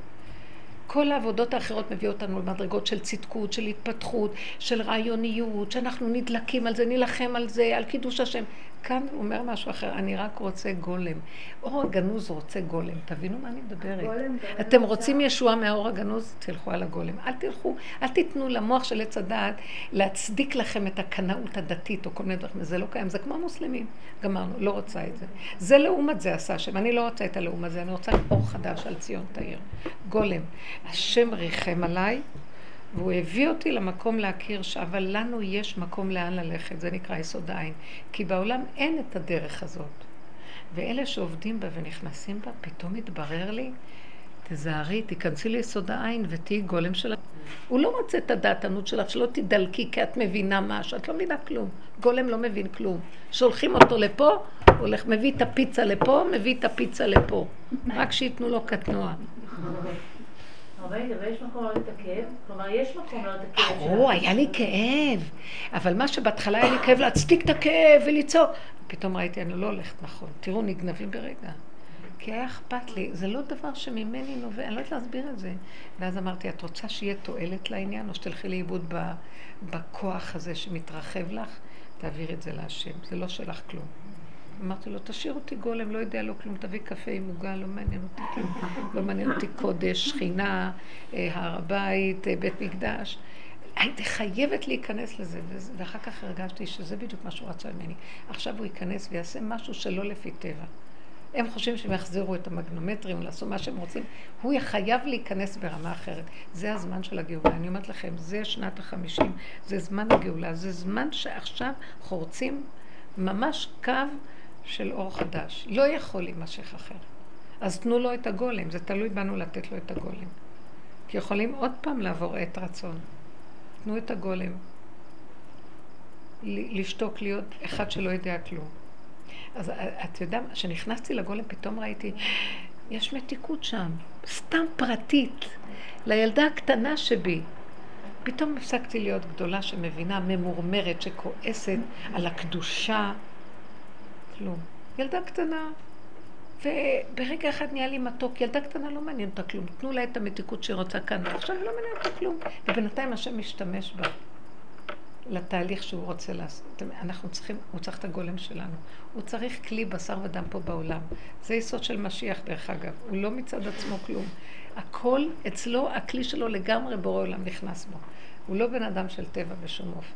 כל העבודות האחרות מביאות אותנו למדרגות של צדקות, של התפתחות, של רעיוניות, שאנחנו נדלקים על זה, נלחם על זה, על קידוש השם. כאן הוא אומר משהו אחר, אני רק רוצה גולם. אור הגנוז רוצה גולם, תבינו מה אני מדברת. אתם רוצים ישועה מהאור הגנוז? תלכו על הגולם. אל תיתנו למוח של עץ הדעת להצדיק לכם את הקנאות הדתית או כל מיני דברים. זה לא קיים, זה כמו מוסלמים. גמרנו, לא רוצה את זה. זה לעומת זה עשה השם, אני לא רוצה את הלעומת זה, אני רוצה אור חדש על ציון תאיר. גולם. השם ריחם עליי, והוא הביא אותי למקום להכיר אבל לנו יש מקום לאן ללכת, זה נקרא יסוד העין. כי בעולם אין את הדרך הזאת. ואלה שעובדים בה ונכנסים בה, פתאום מתברר לי, תזהרי, תיכנסי ליסוד העין ותהי גולם שלה. הוא לא רוצה את הדעתנות שלך, שלא תדלקי כי את מבינה משהו, את לא מבינה כלום. גולם לא מבין כלום. שולחים אותו לפה, הוא הולך, מביא את הפיצה לפה, מביא את הפיצה לפה. רק שיתנו לו קטנוע. אבל יש מקום לא לתקף? כלומר, יש מקום לא לתקף. היה לי כאב. אבל מה שבהתחלה היה לי כאב להצדיק את הכאב וליצור. פתאום ראיתי, אני לא הולכת נכון. תראו, נגנבים ברגע. כי היה אכפת לי. זה לא דבר שממני נובע, אני לא יודעת להסביר את זה. ואז אמרתי, את רוצה שיהיה תועלת לעניין, או שתלכי לאיבוד בכוח הזה שמתרחב לך? תעביר את זה להשם. זה לא שלך כלום. אמרתי לו, תשאיר אותי גולם, לא יודע לו כלום, תביא קפה עם עוגה, לא מעניין אותי כלום. לא מעניין אותי קודש, שכינה, הר הבית, בית מקדש. הייתי חייבת להיכנס לזה, ואחר כך הרגשתי שזה בדיוק מה שהוא רצה ממני. עכשיו הוא ייכנס ויעשה משהו שלא לפי טבע. הם חושבים שהם יחזירו את המגנומטרים, לעשות מה שהם רוצים. הוא חייב להיכנס ברמה אחרת. זה הזמן של הגאולה. אני אומרת לכם, זה שנת ה-50, זה זמן הגאולה. זה זמן שעכשיו חורצים ממש קו של אור חדש. לא יכול להימשך אחר. אז תנו לו את הגולם. זה תלוי בנו לתת לו את הגולם. כי יכולים עוד פעם לעבור עת רצון. תנו את הגולם. לשתוק להיות אחד שלא יודע כלום. אז את יודעת, כשנכנסתי לגולם פתאום ראיתי, יש מתיקות שם, סתם פרטית, לילדה הקטנה שבי. פתאום הפסקתי להיות גדולה שמבינה, ממורמרת, שכועסת על הקדושה. כלום. ילדה קטנה, וברגע אחד נהיה לי מתוק, ילדה קטנה לא מעניין אותה כלום. תנו לה את המתיקות שרוצה כאן, ועכשיו לא מעניין אותה כלום. ובינתיים השם משתמש בה. לתהליך שהוא רוצה לעשות. אנחנו צריכים, הוא צריך את הגולם שלנו. הוא צריך כלי בשר ודם פה בעולם. זה יסוד של משיח דרך אגב. הוא לא מצד עצמו כלום. הכל אצלו, הכלי שלו לגמרי בורא עולם נכנס בו. הוא לא בן אדם של טבע בשום אופן.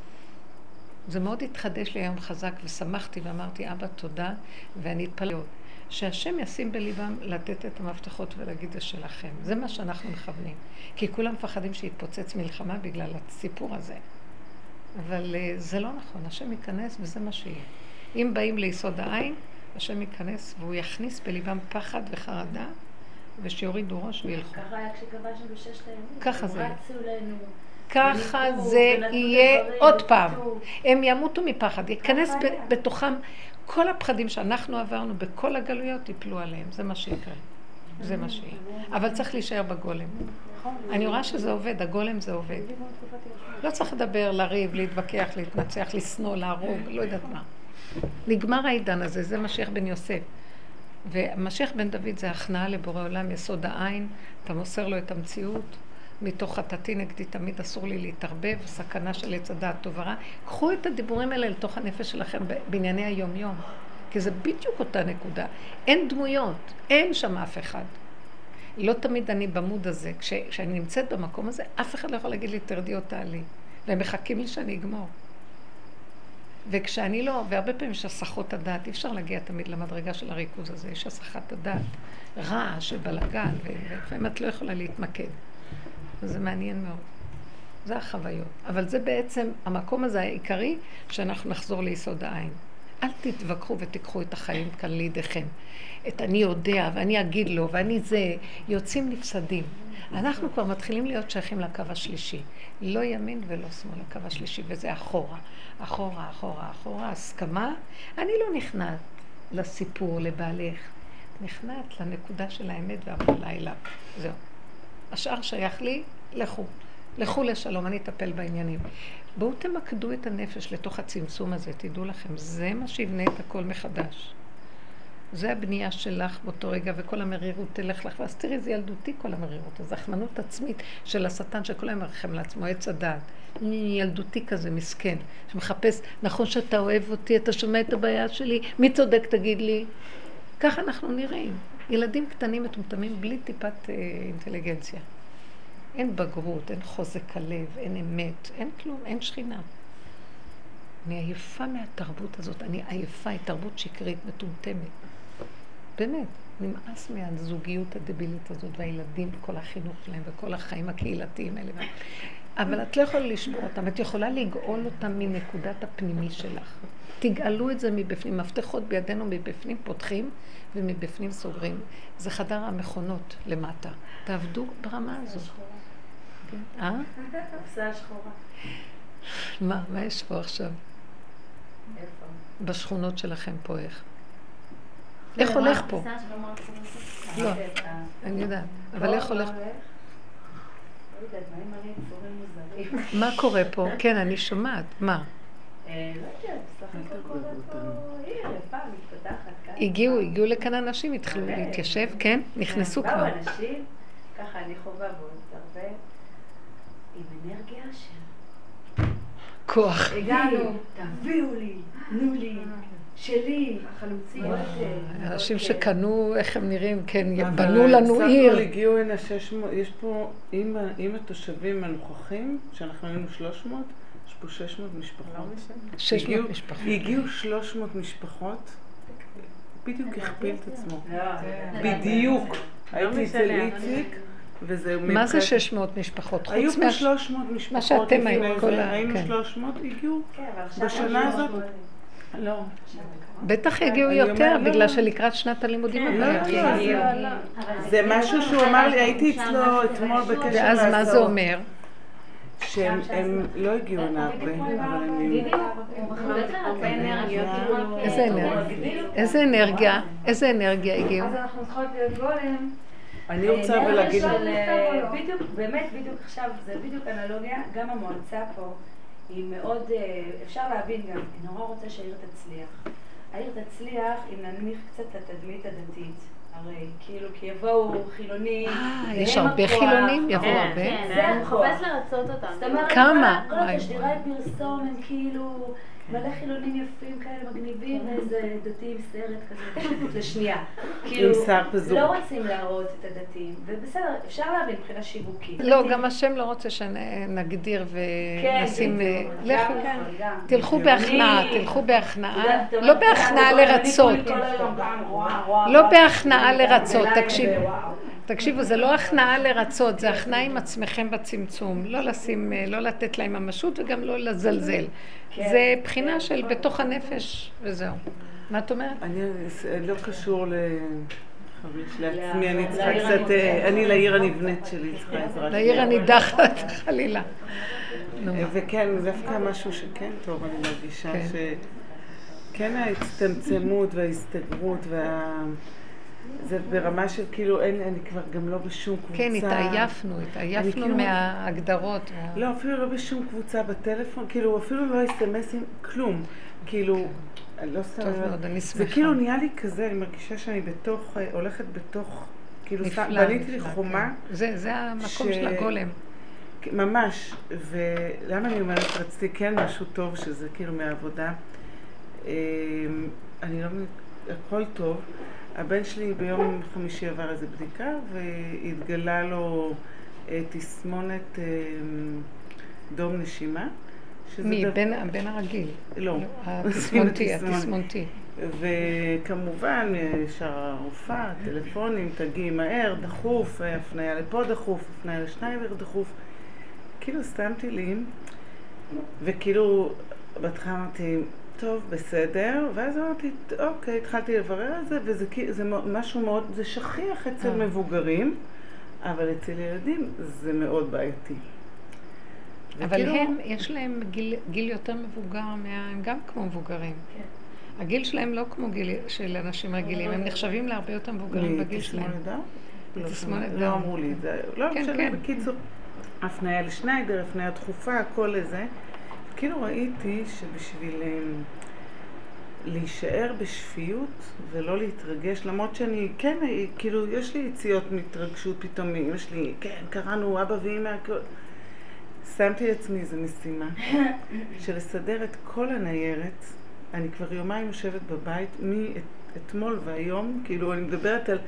זה מאוד התחדש לי היום חזק ושמחתי ואמרתי, אבא תודה, ואני אתפלל שהשם ישים בליבם לתת את המפתחות ולהגיד זה שלכם. זה מה שאנחנו מכוונים. כי כולם מפחדים שיתפוצץ מלחמה בגלל הסיפור הזה. אבל זה לא נכון, השם ייכנס וזה מה שיהיה. אם באים ליסוד העין, השם ייכנס והוא יכניס בליבם פחד וחרדה, ושיורידו ראש וילכו. ככה היה כשכבשנו בששת הימים. ככה זה. רצו אלינו. ככה זה יהיה עוד פעם. הם ימותו מפחד, ייכנס בתוכם כל הפחדים שאנחנו עברנו בכל הגלויות ייפלו עליהם, זה מה שיקרה. זה מה שיהיה. אבל צריך להישאר בגולם. אני רואה שזה עובד, הגולם זה עובד. לא צריך לדבר, לריב, להתווכח, להתנצח, לשנוא, להרוג, לא יודעת מה. נגמר העידן הזה, זה משיח בן יוסף. ומשיח בן דוד זה הכנעה לבורא עולם, יסוד העין, אתה מוסר לו את המציאות, מתוך חטאתי נגדי תמיד אסור לי להתערבב, סכנה של עץ הדעת טוב ורע. קחו את הדיבורים האלה לתוך הנפש שלכם בענייני היום-יום, כי זה בדיוק אותה נקודה. אין דמויות, אין שם אף אחד. לא תמיד אני במוד הזה, כשאני נמצאת במקום הזה, אף אחד לא יכול להגיד לי תרדי או תעלי, והם מחכים לי שאני אגמור. וכשאני לא, והרבה פעמים יש הסחות הדעת, אי אפשר להגיע תמיד למדרגה של הריכוז הזה, יש הסחת הדעת, רעש ובלגן, ולפעמים את לא יכולה להתמקד. וזה מעניין מאוד. זה החוויות. אבל זה בעצם המקום הזה העיקרי, שאנחנו נחזור ליסוד העין. אל תתווכחו ותיקחו את החיים כאן לידיכם. את אני יודע ואני אגיד לו ואני זה, יוצאים נפסדים. אנחנו כבר מתחילים להיות שייכים לקו השלישי. לא ימין ולא שמאל, לקו השלישי, וזה אחורה. אחורה, אחורה, אחורה, הסכמה. אני לא נכנעת לסיפור, לבעלך. נכנעת לנקודה של האמת והפעולה אליו. זהו. השאר שייך לי, לכו. לכו לשלום, אני אטפל בעניינים. בואו תמקדו את הנפש לתוך הצמצום הזה, תדעו לכם, זה מה שיבנה את הכל מחדש. זה הבנייה שלך באותו רגע, וכל המרירות תלך לך, ואז תראי, זה ילדותי כל המרירות, אז החמנות עצמית של השטן שכל היום מרחם לעצמו, עץ הדעת. ילדותי כזה, מסכן, שמחפש, נכון שאתה אוהב אותי, אתה שומע את הבעיה שלי, מי צודק תגיד לי? ככה אנחנו נראים. ילדים קטנים מטומטמים בלי טיפת אינטליגנציה. אין בגרות, אין חוזק הלב, אין אמת, אין כלום, אין שכינה. אני עייפה מהתרבות הזאת, אני עייפה, היא תרבות שקרית, מטומטמת. באמת, נמאס מהזוגיות הדבילית הזאת, והילדים, כל החינוך שלהם וכל החיים הקהילתיים האלה. אבל את לא יכולה לשמור אותם, את יכולה לגאול אותם מנקודת הפנימי שלך. תגאלו את זה מבפנים, מפתחות בידינו מבפנים פותחים ומבפנים סוגרים. זה חדר המכונות למטה. תעבדו ברמה הזו. קופסה שחורה. מה יש פה עכשיו? איפה? בשכונות שלכם פה איך? איך הולך פה? לא, אני יודעת. אבל איך הולך? מה קורה פה? כן, אני שומעת. מה? לא יודעת, סך הכל קורה פה, היא יפה, מתפתחת. הגיעו לכאן אנשים, התחילו להתיישב, כן? נכנסו כבר. באו אנשים, ככה אני חובה ועוד הרבה, עם אנרגיה של... כוח. הגענו, תביאו לי, תנו לי, שלי, החלוצים. אנשים שקנו, איך הם נראים, כן, בנו לנו עיר. הגיעו הנה 600, יש פה, עם התושבים הנוכחים, שאנחנו היינו 300, יש פה 600 משפחות. 600 משפחות. הגיעו 300 משפחות, בדיוק הכפיל את עצמו. בדיוק. הייתי אצל איציק, וזה... מה זה 600 משפחות? היו פה 300 משפחות. מה שאתם היינו, כל ה... היינו 300, הגיעו. בשנה הזאת... לא. בטח יגיעו יותר, בגלל שלקראת שנת הלימודים הבאה. זה משהו שהוא אמר לי, הייתי אצלו אתמול בקשר לעזור. ואז מה זה אומר? שהם לא הגיעו הנה הרבה, אבל הם... איזה אנרגיה? איזה אנרגיה? איזה אנרגיה הגיעו? אז אנחנו צריכות להיות גולם. אני רוצה להגיד... בדיוק, באמת, בדיוק עכשיו, זה בדיוק אנלוגיה, גם המועצה פה היא מאוד, אפשר להבין גם, היא נורא רוצה שהעיר תצליח. העיר תצליח אם ננמיך קצת את התדמית הדתית. הרי, כאילו, כי יבואו חילונים, יש הרבה חילונים? יבואו הרבה? זה הוא הכוח. מחפש לרצות אותם. זאת אומרת, כמה? כל התשדירי פרסום הם כאילו מלא חילונים יפים כאלה מגניבים, ואיזה דתי עם סרט כזה, לשנייה. כאילו, לא רוצים להראות את הדתיים, ובסדר, אפשר להבין מבחינה שיווקית. לא, גם השם לא רוצה שנגדיר ונשים... לכו, תלכו בהכנעה, תלכו בהכנעה. לא בהכנעה לרצות. לא בהכנעה לרצות, תקשיבו. תקשיבו, זה לא הכנעה לרצות, זה הכנעה עם עצמכם בצמצום. לא לשים, לא לתת להם ממשות וגם לא לזלזל. זה בחינה של בתוך הנפש וזהו. מה את אומרת? אני לא קשור לעצמי, אני צריכה קצת, אני לעיר הנבנית שלי צריכה עזרה. לעיר הנידחת, חלילה. וכן, דווקא משהו שכן טוב, אני מרגישה שכן ההצטמצמות וההסתגרות זה ברמה של כאילו, אני כבר גם לא בשום קבוצה. כן, התעייפנו מההגדרות. לא, אפילו לא בשום קבוצה בטלפון, כאילו אפילו לא אס-אמסים, כלום. כאילו, לא סתם. טוב מאוד, אני שמחה. זה כאילו נהיה לי כזה, אני מרגישה שאני הולכת בתוך, כאילו בניתי לי חומה. זה המקום של הגולם. ממש, ולמה אני אומרת, רציתי כן משהו טוב, שזה כאילו מהעבודה. אני לא מבין, הכל טוב. הבן שלי ביום חמישי עבר איזו בדיקה והתגלה לו תסמונת דום נשימה. מי? בן הרגיל? לא. התסמונתי. וכמובן, ישר הרופאה, טלפונים, תגיעי מהר, דחוף, הפניה לפה דחוף, הפניה לשנייבר דחוף. כאילו סתמתי לי, וכאילו בהתחלה אמרתי, טוב, בסדר, ואז אמרתי, אוקיי, התחלתי לברר על זה, וזה משהו מאוד, זה שכיח אצל מבוגרים, אבל אצל ילדים זה מאוד בעייתי. אבל הם, יש להם גיל יותר מבוגר, הם גם כמו מבוגרים. הגיל שלהם לא כמו גיל של אנשים רגילים, הם נחשבים להרבה יותר מבוגרים בגיל שלהם. תסמונת דם? לא אמרו לי את זה. לא משנה, בקיצור, הפניה לשניידר, הפניה דחופה, הכל לזה. כאילו ראיתי שבשביל להישאר בשפיות ולא להתרגש, למרות שאני, כן, כאילו, יש לי יציאות מתרגשות פתאום, יש לי, כן, קראנו אבא ואמא, שמתי לעצמי איזו משימה של לסדר את כל הניירת. אני כבר יומיים יושבת בבית, מאתמול והיום, כאילו, אני מדברת על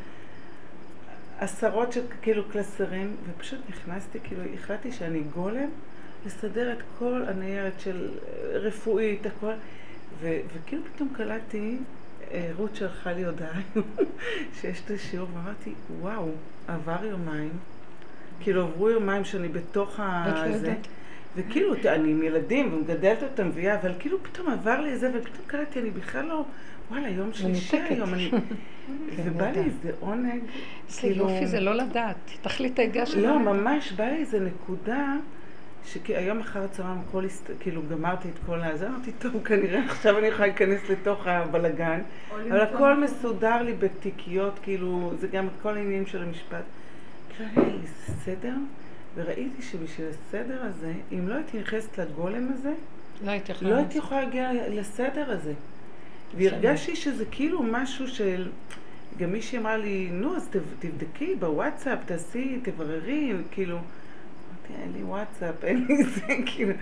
עשרות של כאילו קלסרים, ופשוט נכנסתי, כאילו, החלטתי שאני גולם, לסדר את כל הניירת של רפואית, הכל, וכאילו פתאום קלטתי, רות שלחה לי הודעה שיש את השיעור, ואמרתי, וואו, עבר יומיים, כאילו עברו יומיים שאני בתוך הזה, וכאילו אני עם ילדים ומגדלת אותם ויה, אבל כאילו פתאום עבר לי זה, ופתאום קלטתי, אני בכלל לא, וואלה, יום שלישי היום, ובא לי איזה עונג, כאילו... יופי, זה לא לדעת, תחליט ההגה שלנו. לא, ממש בא לי איזה נקודה, שהיום אחר הצהריים כאילו גמרתי את כל הזה, אמרתי, טוב, כנראה עכשיו אני יכולה להיכנס לתוך הבלגן, אבל הכל מסודר לי בתיקיות, כאילו, זה גם כל העניינים של המשפט. כאילו, היה לי סדר, וראיתי שבשביל הסדר הזה, אם לא הייתי נכנסת לגולם הזה, לא הייתי יכולה להגיע לסדר הזה. והרגשתי שזה כאילו משהו של... גם מישהי אמרה לי, נו, אז תבדקי בוואטסאפ, תעשי, תבררי, כאילו... אין לי וואטסאפ, אין לי זה, כאילו...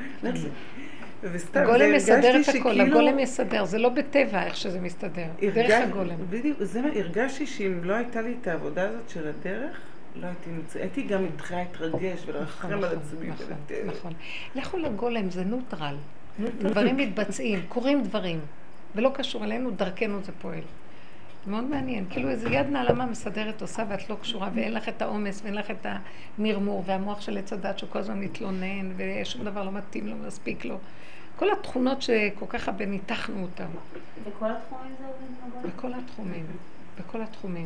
הגולם מסדר את הכל, הגולם מסדר, זה לא בטבע איך שזה מסתדר, דרך הגולם. בדיוק, הרגשתי שאם לא הייתה לי את העבודה הזאת של הדרך, לא הייתי מצא, הייתי גם מתחילה להתרגש ולרחם על עצמי. נכון. לכו לגולם, זה נוטרל. דברים מתבצעים, קורים דברים, ולא קשור אלינו, דרכנו זה פועל. מאוד מעניין, כאילו איזו יד נעלמה מסדרת עושה ואת לא קשורה ואין לך את העומס ואין לך את המרמור והמוח של עץ הדת שכל הזמן מתלונן ושום דבר לא מתאים לו, מספיק לו. כל התכונות שכל כך הרבה ניתחנו אותן. בכל התחומים זה עובד? בכל התחומים, בכל התחומים.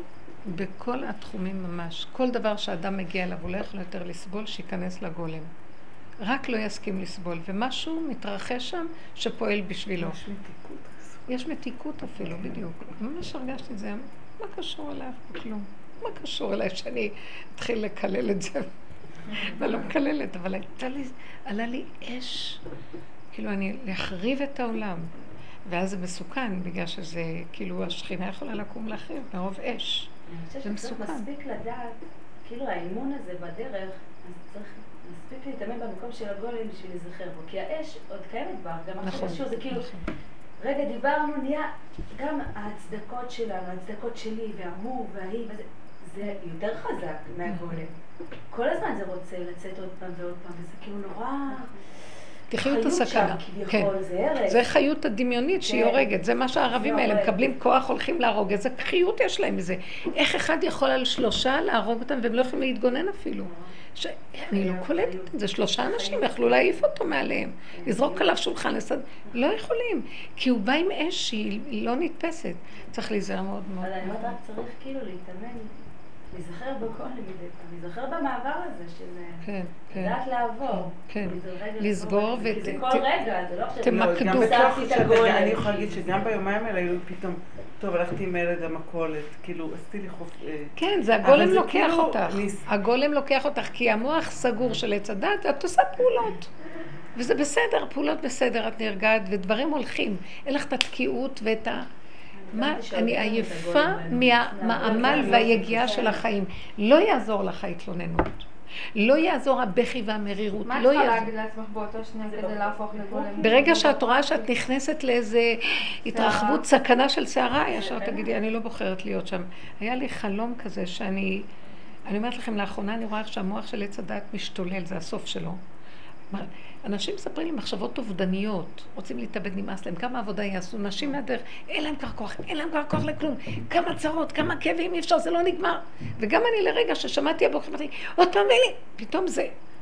בכל התחומים ממש. כל דבר שאדם מגיע אליו הוא לא יכול יותר לסבול, שיכנס לגולם. רק לא יסכים לסבול, ומשהו מתרחש שם שפועל בשבילו. יש מתיקות. יש מתיקות אפילו, בדיוק. ממש הרגשתי את זה, מה קשור אליי? כלום. מה קשור אליי שאני אתחיל לקלל את זה? אני לא מקללת, אבל עלה לי אש, כאילו אני להחריב את העולם. ואז זה מסוכן, בגלל שזה, כאילו השכינה יכולה לקום להחריב מרוב אש. זה מסוכן. צריך מספיק לדעת, כאילו האימון הזה בדרך, אז צריך מספיק להתאמן במקום של הגולם בשביל להיזכר בו, כי האש עוד קיימת בה, גם עכשיו שוב, זה כאילו, רגע דיברנו, נהיה גם ההצדקות שלנו, ההצדקות שלי, וההוא וההיא, זה יותר חזק מהגולם. כל הזמן זה רוצה לצאת עוד פעם ועוד פעם, וזה כאילו נורא... תחיות הסכנה. כן. זה חיות הדמיונית שהיא הורגת, זה מה שהערבים האלה מקבלים כוח, הולכים להרוג, איזה חיות יש להם מזה. איך אחד יכול על 3 להרוג אותם והם לא יכולים להתגונן אפילו. אני לא קולטת את זה, 3 אנשים יכלו להעיף אותו מעליהם, לזרוק עליו שולחן לסד, לא יכולים, כי הוא בא עם אש שהיא לא נתפסת. צריך להיזהר מאוד מאוד. אבל אני רק צריך כאילו להתאמן, להיזכר בכל מדי פעם, להיזכר במעבר הזה של לדעת לעבור. כן, לסגור כי זה כל רגע, זה לא עכשיו... תמקדו. אני יכולה להגיד שגם ביומיים האלה היו פתאום, טוב, הלכתי עם הילד המכולת, כאילו, עשיתי לי חוף... כן, זה הגולם לוקח אותך. הגולם לוקח אותך, כי המוח סגור של עץ הדת, את עושה פעולות. וזה בסדר, פעולות בסדר, את נרגעת, ודברים הולכים. אין לך את התקיעות ואת ה... מה, אני עייפה מהמעמל והיגיעה של החיים. לא יעזור לך ההתלוננות. לא יעזור הבכי והמרירות. מה צריכה להגיד לעצמך באותו שנייה כדי להפוך לגולם? ברגע שאת רואה שאת נכנסת לאיזה התרחבות סכנה של שערה, ישר תגידי, אני לא בוחרת להיות שם. היה לי חלום כזה שאני אומרת לכם, לאחרונה אני רואה שהמוח של עץ הדעת משתולל, זה הסוף שלו. אנשים מספרים לי מחשבות אובדניות, רוצים להתאבד, נמאס להם, כמה עבודה יעשו, נשים מהדרך, אין להם כבר כוח, אין להם כבר כוח לכלום, כמה צרות, כמה כאבים, אי אפשר, זה לא נגמר. וגם אני לרגע ששמעתי הבוקר, אמרתי, עוד פעם לי, פתאום זה.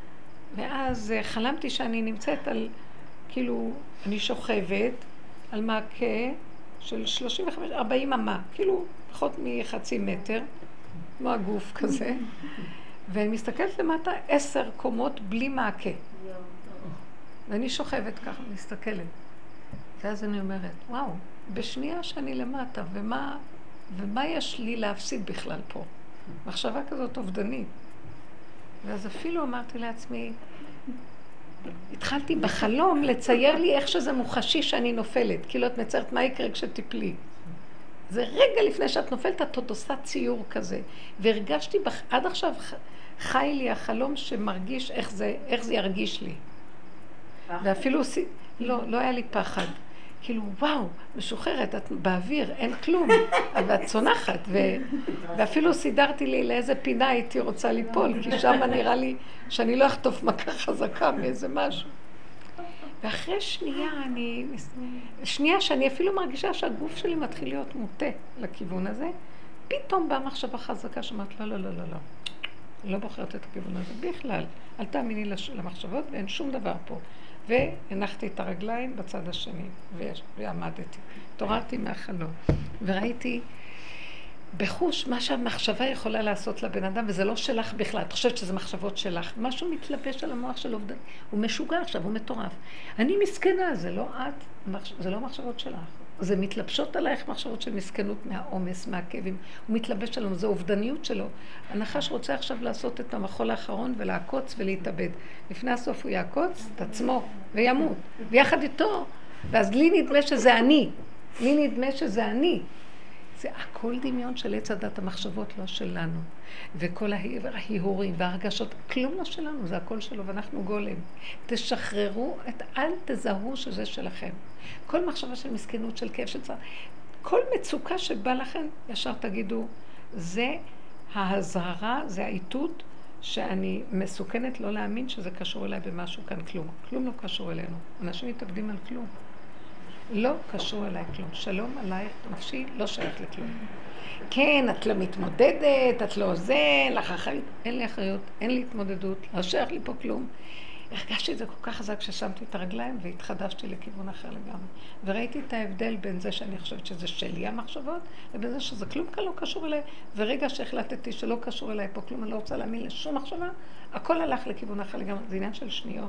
ואז חלמתי שאני נמצאת על, כאילו, אני שוכבת על מעקה של 35-40 אמה, כאילו, פחות מחצי מטר, כמו הגוף כזה, ואני מסתכלת למטה 10 קומות בלי מעקה. ואני שוכבת ככה, מסתכלת. ואז אני אומרת, וואו, בשנייה שאני למטה, ומה יש לי להפסיד בכלל פה? מחשבה כזאת אובדנית. ואז אפילו אמרתי לעצמי, התחלתי בחלום לצייר לי איך שזה מוחשי שאני נופלת. כאילו את מציירת מה יקרה כשתיפלי. זה רגע לפני שאת נופלת, את עוד עושה ציור כזה. והרגשתי, עד עכשיו חי לי החלום שמרגיש איך זה ירגיש לי. ואפילו, לא היה לי פחד. כאילו, וואו, משוחררת, את באוויר, אין כלום, אבל את צונחת. ואפילו סידרתי לי לאיזה פינה הייתי רוצה ליפול, כי שם נראה לי שאני לא אחטוף מכה חזקה מאיזה משהו. ואחרי שנייה שאני אפילו מרגישה שהגוף שלי מתחיל להיות מוטה לכיוון הזה, פתאום באה מחשבה חזקה שאומרת, לא, לא, לא, לא, לא. לא בוחרת את הכיוון הזה בכלל. אל תאמיני למחשבות ואין שום דבר פה. והנחתי את הרגליים בצד השני ועמדתי. תוררתי מהחלום וראיתי בחוש מה שהמחשבה יכולה לעשות לבן אדם, וזה לא שלך בכלל. את חושבת שזה מחשבות שלך. משהו מתלבש על המוח של אובדן. הוא משוגע עכשיו, הוא מטורף. אני מסכנה, זה לא את, זה לא מחשבות שלך. זה מתלבשות עלייך מחשבות של מסכנות מהעומס, מהכאבים. הוא מתלבש עלינו, זו אובדניות שלו. הנחש רוצה עכשיו לעשות את המחול האחרון ולעקוץ ולהתאבד. לפני הסוף הוא יעקוץ את עצמו וימות. ויחד איתו, ואז לי נדמה שזה אני. לי נדמה שזה אני. זה הכל דמיון של עץ הדת, המחשבות לא שלנו. וכל ההיהורים וההרגשות, כלום לא שלנו, זה הכל שלו, ואנחנו גולם. תשחררו, אל תזהו שזה שלכם. כל מחשבה של מסכנות, של כאב, של צער, כל מצוקה שבא לכם, ישר תגידו, זה ההזהרה, זה האיתות שאני מסוכנת לא להאמין שזה קשור אליי במשהו כאן, כלום. כלום לא קשור אלינו. אנשים מתאבדים על כלום. לא קשור אליי כלום. שלום עלייך, נפשי, לא שייך לכלום. כן, את לא מתמודדת, את לא זה, אין לך אחריות. אין לי אחריות, אין לי התמודדות, לא שייך לי פה כלום. הרגשתי את זה כל כך חזק ששמתי את הרגליים והתחדשתי לכיוון אחר לגמרי. וראיתי את ההבדל בין זה שאני חושבת שזה שלי המחשבות, לבין זה שזה כלום כאן לא קשור אליי. ורגע שהחלטתי שלא קשור אליי פה כלום, אני לא רוצה להאמין לשום מחשבה, הכל הלך לכיוון אחר לגמרי, זה עניין של שניות.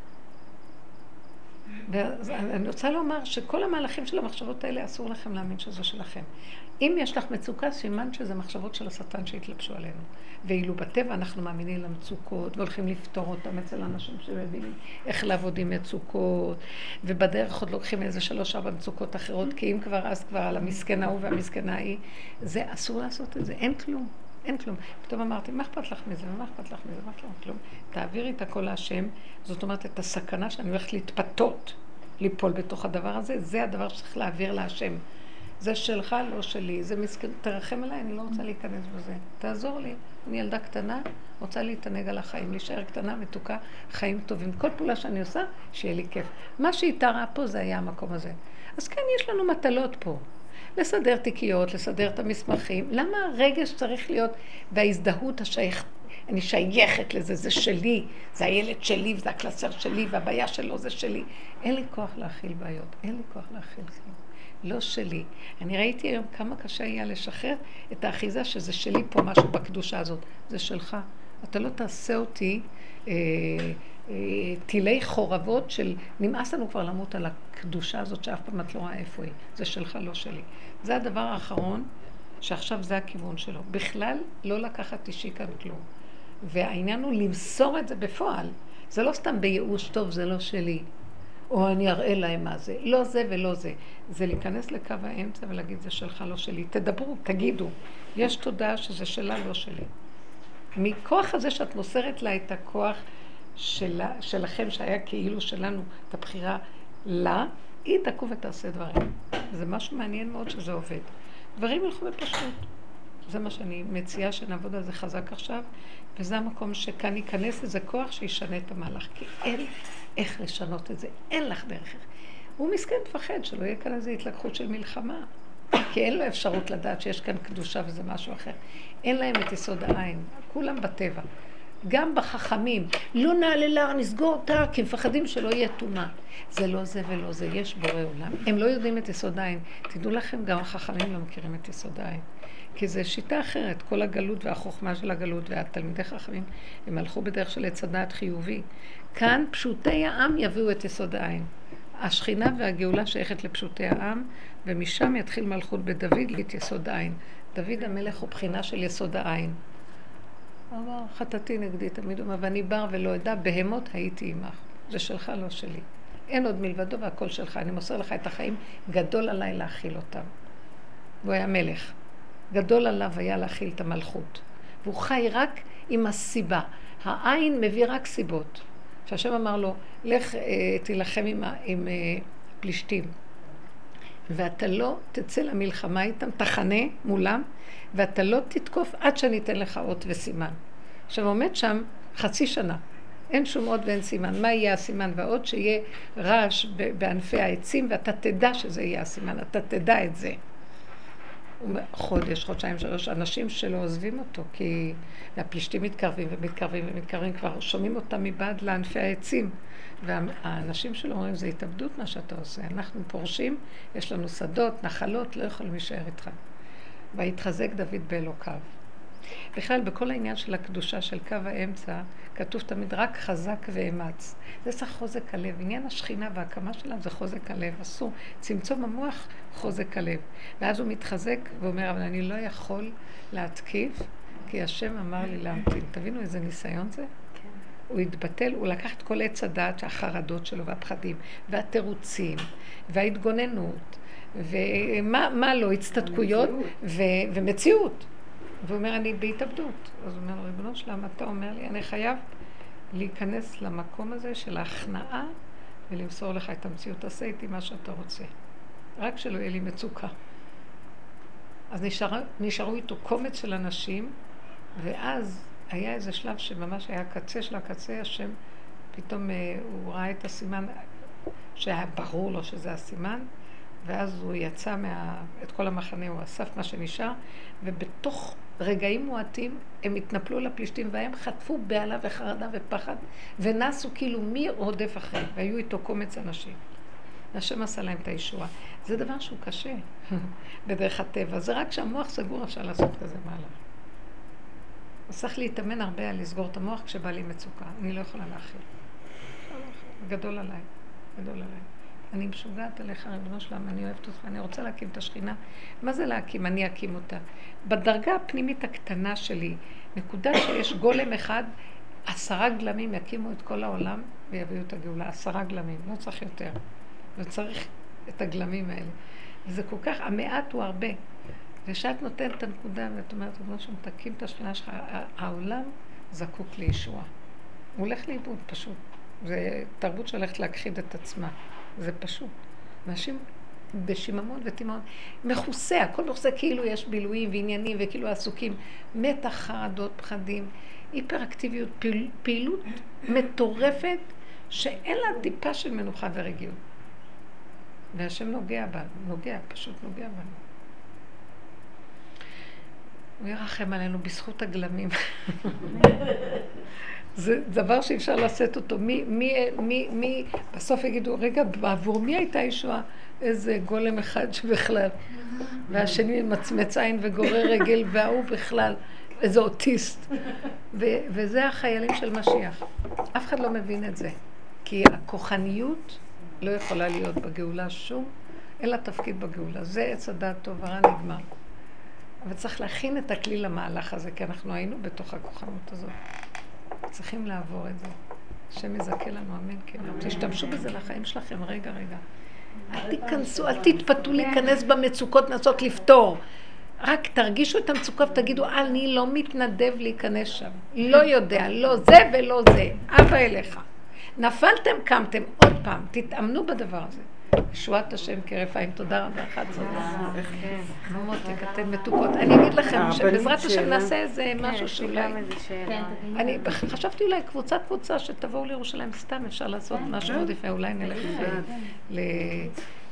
ואני רוצה לומר שכל המהלכים של המחשבות האלה אסור לכם להאמין שזה שלכם. אם יש לך מצוקה, סימן שזה מחשבות של השטן שהתלבשו עלינו. ואילו בטבע אנחנו מאמינים למצוקות והולכים לפתור אותם אצל אנשים שמבינים איך לעבוד עם מצוקות, ובדרך עוד לוקחים איזה 3-4 מצוקות אחרות, כי אם כבר אז כבר על המסכנה הוא והמסכנה היא, זה אסור לעשות את זה, אין כלום. אין כלום. פתאום אמרתי, מה אכפת לך מזה? מה אכפת לך מזה? מה אכפת לך? כלום. תעבירי את הכל להשם, זאת אומרת, את הסכנה שאני הולכת להתפתות, ליפול בתוך הדבר הזה, זה הדבר שצריך להעביר להשם. זה שלך, לא שלי. זה מסכן, תרחם עליי, אני לא רוצה להיכנס בזה. תעזור לי. אני ילדה קטנה, רוצה להתענג על החיים, להישאר קטנה, מתוקה, חיים טובים. כל פעולה שאני עושה, שיהיה לי כיף. מה שהתארה פה זה היה המקום הזה. אז כן, יש לנו מטלות פה. לסדר תיקיות, לסדר את המסמכים. למה הרגש צריך להיות בהזדהות השייך? אני שייכת לזה, זה שלי, זה הילד שלי, וזה הקלסר שלי, והבעיה שלו זה שלי. אין לי כוח להכיל בעיות, אין לי כוח להכיל כלום. לא שלי. אני ראיתי היום כמה קשה היה לשחרר את האחיזה שזה שלי פה משהו בקדושה הזאת. זה שלך. אתה לא תעשה אותי טילי חורבות של נמאס לנו כבר למות על הקדושה הזאת שאף פעם את לא רואה איפה היא. זה שלך, לא שלי. זה הדבר האחרון שעכשיו זה הכיוון שלו. בכלל לא לקחת אישי כאן כלום. והעניין הוא למסור את זה בפועל. זה לא סתם בייאוש טוב, זה לא שלי. או אני אראה להם מה זה. לא זה ולא זה. זה להיכנס לקו האמצע ולהגיד זה שלך, לא שלי. תדברו, תגידו. יש תודעה שזה שלה, לא שלי. מכוח הזה שאת מוסרת לה את הכוח שלכם, שהיה כאילו שלנו, את הבחירה לה, היא תקום ותעשה דברים. זה משהו מעניין מאוד שזה עובד. דברים ילכו בפשוט. זה מה שאני מציעה שנעבוד על זה חזק עכשיו, וזה המקום שכאן ייכנס איזה כוח שישנה את המהלך, כי אין איך לשנות את זה, אין לך דרך. הוא מסכן פחד שלא יהיה כאן איזו התלקחות של מלחמה, כי אין לו אפשרות לדעת שיש כאן קדושה וזה משהו אחר. אין להם את יסוד העין, כולם בטבע. גם בחכמים, לא נעלה להר, נסגור אותה, כי מפחדים שלא יהיה תומה. זה לא זה ולא זה, יש בורא עולם. הם לא יודעים את יסוד העין. תדעו לכם, גם החכמים לא מכירים את יסוד העין. כי זו שיטה אחרת, כל הגלות והחוכמה של הגלות והתלמידי חכמים, הם הלכו בדרך של עץ הדעת חיובי. כאן פשוטי העם יביאו את יסוד העין. השכינה והגאולה שייכת לפשוטי העם, ומשם יתחיל מלכות בדוד את יסוד העין. דוד המלך הוא בחינה של יסוד העין. אמר, חטאתי נגדי תמיד, ואני בר ולא אדע, בהמות הייתי עמך. זה שלך, לא שלי. אין עוד מלבדו והכל שלך. אני מוסר לך את החיים, גדול עליי להכיל אותם. והוא היה מלך. גדול עליו היה להכיל את המלכות. והוא חי רק עם הסיבה. העין מביא רק סיבות. שהשם אמר לו, לך תילחם עם פלישתים. ואתה לא תצא למלחמה איתם, תחנה מולם, ואתה לא תתקוף עד שאני אתן לך אות וסימן. עכשיו עומד שם חצי שנה. אין שום אות ואין סימן. מה יהיה הסימן והאות? שיהיה רעש בענפי העצים, ואתה תדע שזה יהיה הסימן. אתה תדע את זה. חודש, חודשיים, 3, אנשים שלא עוזבים אותו, כי הפלישתים מתקרבים ומתקרבים ומתקרבים, כבר שומעים אותם מבעד לענפי העצים. והאנשים שלו אומרים, זה התאבדות מה שאתה עושה. אנחנו פורשים, יש לנו שדות, נחלות, לא יכולים להישאר איתך. והתחזק דוד באלוקיו. בכלל, בכל העניין של הקדושה של קו האמצע, כתוב תמיד רק חזק ואמץ. זה צריך חוזק הלב. עניין השכינה וההקמה שלה זה חוזק הלב. עשו צמצום המוח, חוזק הלב. ואז הוא מתחזק ואומר, אבל אני לא יכול להתקיף, כי השם אמר לי להמתין. תבינו איזה ניסיון זה? הוא התבטל, הוא לקח את כל עץ הדעת, החרדות שלו והפחדים, והתירוצים, וההתגוננות, ומה לא, הצטדקויות ומציאות. והוא אומר, אני בהתאבדות. אז הוא אומר, ריבונו שלם, אתה אומר לי, אני חייב להיכנס למקום הזה של ההכנעה ולמסור לך את המציאות. עשה איתי מה שאתה רוצה. רק שלא יהיה לי מצוקה. אז נשארו איתו קומץ של אנשים, ואז היה איזה שלב שממש היה קצה של הקצה, השם פתאום הוא ראה את הסימן שהיה ברור לו שזה הסימן, ואז הוא יצא את כל המחנה, הוא אסף מה שנשאר, ובתוך רגעים מועטים הם התנפלו לפלישתים, והם חטפו בעלה וחרדה ופחד, ונסו כאילו מי רודף אחריהם, והיו איתו קומץ אנשים. השם עשה להם את הישועה. זה דבר שהוא קשה בדרך הטבע, זה רק שהמוח סגור אפשר לעשות כזה מהלך. אז צריך להתאמן הרבה על לסגור את המוח כשבא לי מצוקה. אני לא יכולה להכיל. גדול עליי, גדול עליי. אני משוגעת עליך, ריבונו שלם, אני אוהבת אותך, אני רוצה להקים את השכינה. מה זה להקים? אני אקים אותה. בדרגה הפנימית הקטנה שלי, נקודה שיש גולם אחד, 10 גלמים יקימו את כל העולם ויביאו את הגאולה. 10 גלמים, לא צריך יותר. לא צריך את הגלמים האלה. וזה כל כך, המעט הוא הרבה. ושאת נותנת את הנקודה ואת אומרת, ריבונו שלם, תקים את השכינה שלך, העולם זקוק לישוע. הוא הולך לאיבוד, פשוט. זה תרבות שהולכת להכחיד את עצמה. זה פשוט. אנשים בשיממון ותימון, מכוסה, הכל מכוסה כאילו יש בילויים ועניינים וכאילו עסוקים, מתח, חרדות, פחדים, היפראקטיביות, פעילות מטורפת שאין לה טיפה של מנוחה ורגיעות. והשם נוגע בנו, פשוט נוגע בנו. הוא ירחם עלינו בזכות הגלמים. זה דבר שאי אפשר לשאת אותו. מי בסוף יגידו, רגע, בעבור מי הייתה ישועה? איזה גולם אחד שבכלל. והשני מצמץ עין וגורר רגל, והוא בכלל, איזה אוטיסט. וזה החיילים של משיח. אף אחד לא מבין את זה. כי הכוחניות לא יכולה להיות בגאולה שום, אין לה תפקיד בגאולה. זה עץ הדעת טוב ורע נגמר. אבל צריך להכין את הכלי למהלך הזה, כי אנחנו היינו בתוך הכוחנות הזאת. צריכים לעבור את זה. השם יזכה לנו, אמן. כן. תשתמשו בזה לחיים שלכם, רגע. אל תיכנסו, אל תתפתו להיכנס במצוקות, נסות לפתור. רק תרגישו את המצוקה ותגידו, אני לא מתנדב להיכנס שם. לא יודע, לא זה ולא זה. אבא אליך. נפלתם, קמתם, עוד פעם. תתאמנו בדבר הזה. ישועת השם כרפאים, תודה רבה, חד צדקה. מותק, אתן מתוקות. אני אגיד לכם שבעזרת השם נעשה איזה משהו שאולי... אני חשבתי אולי קבוצה שתבואו לירושלים סתם, אפשר לעשות משהו מאוד יפה, אולי נלך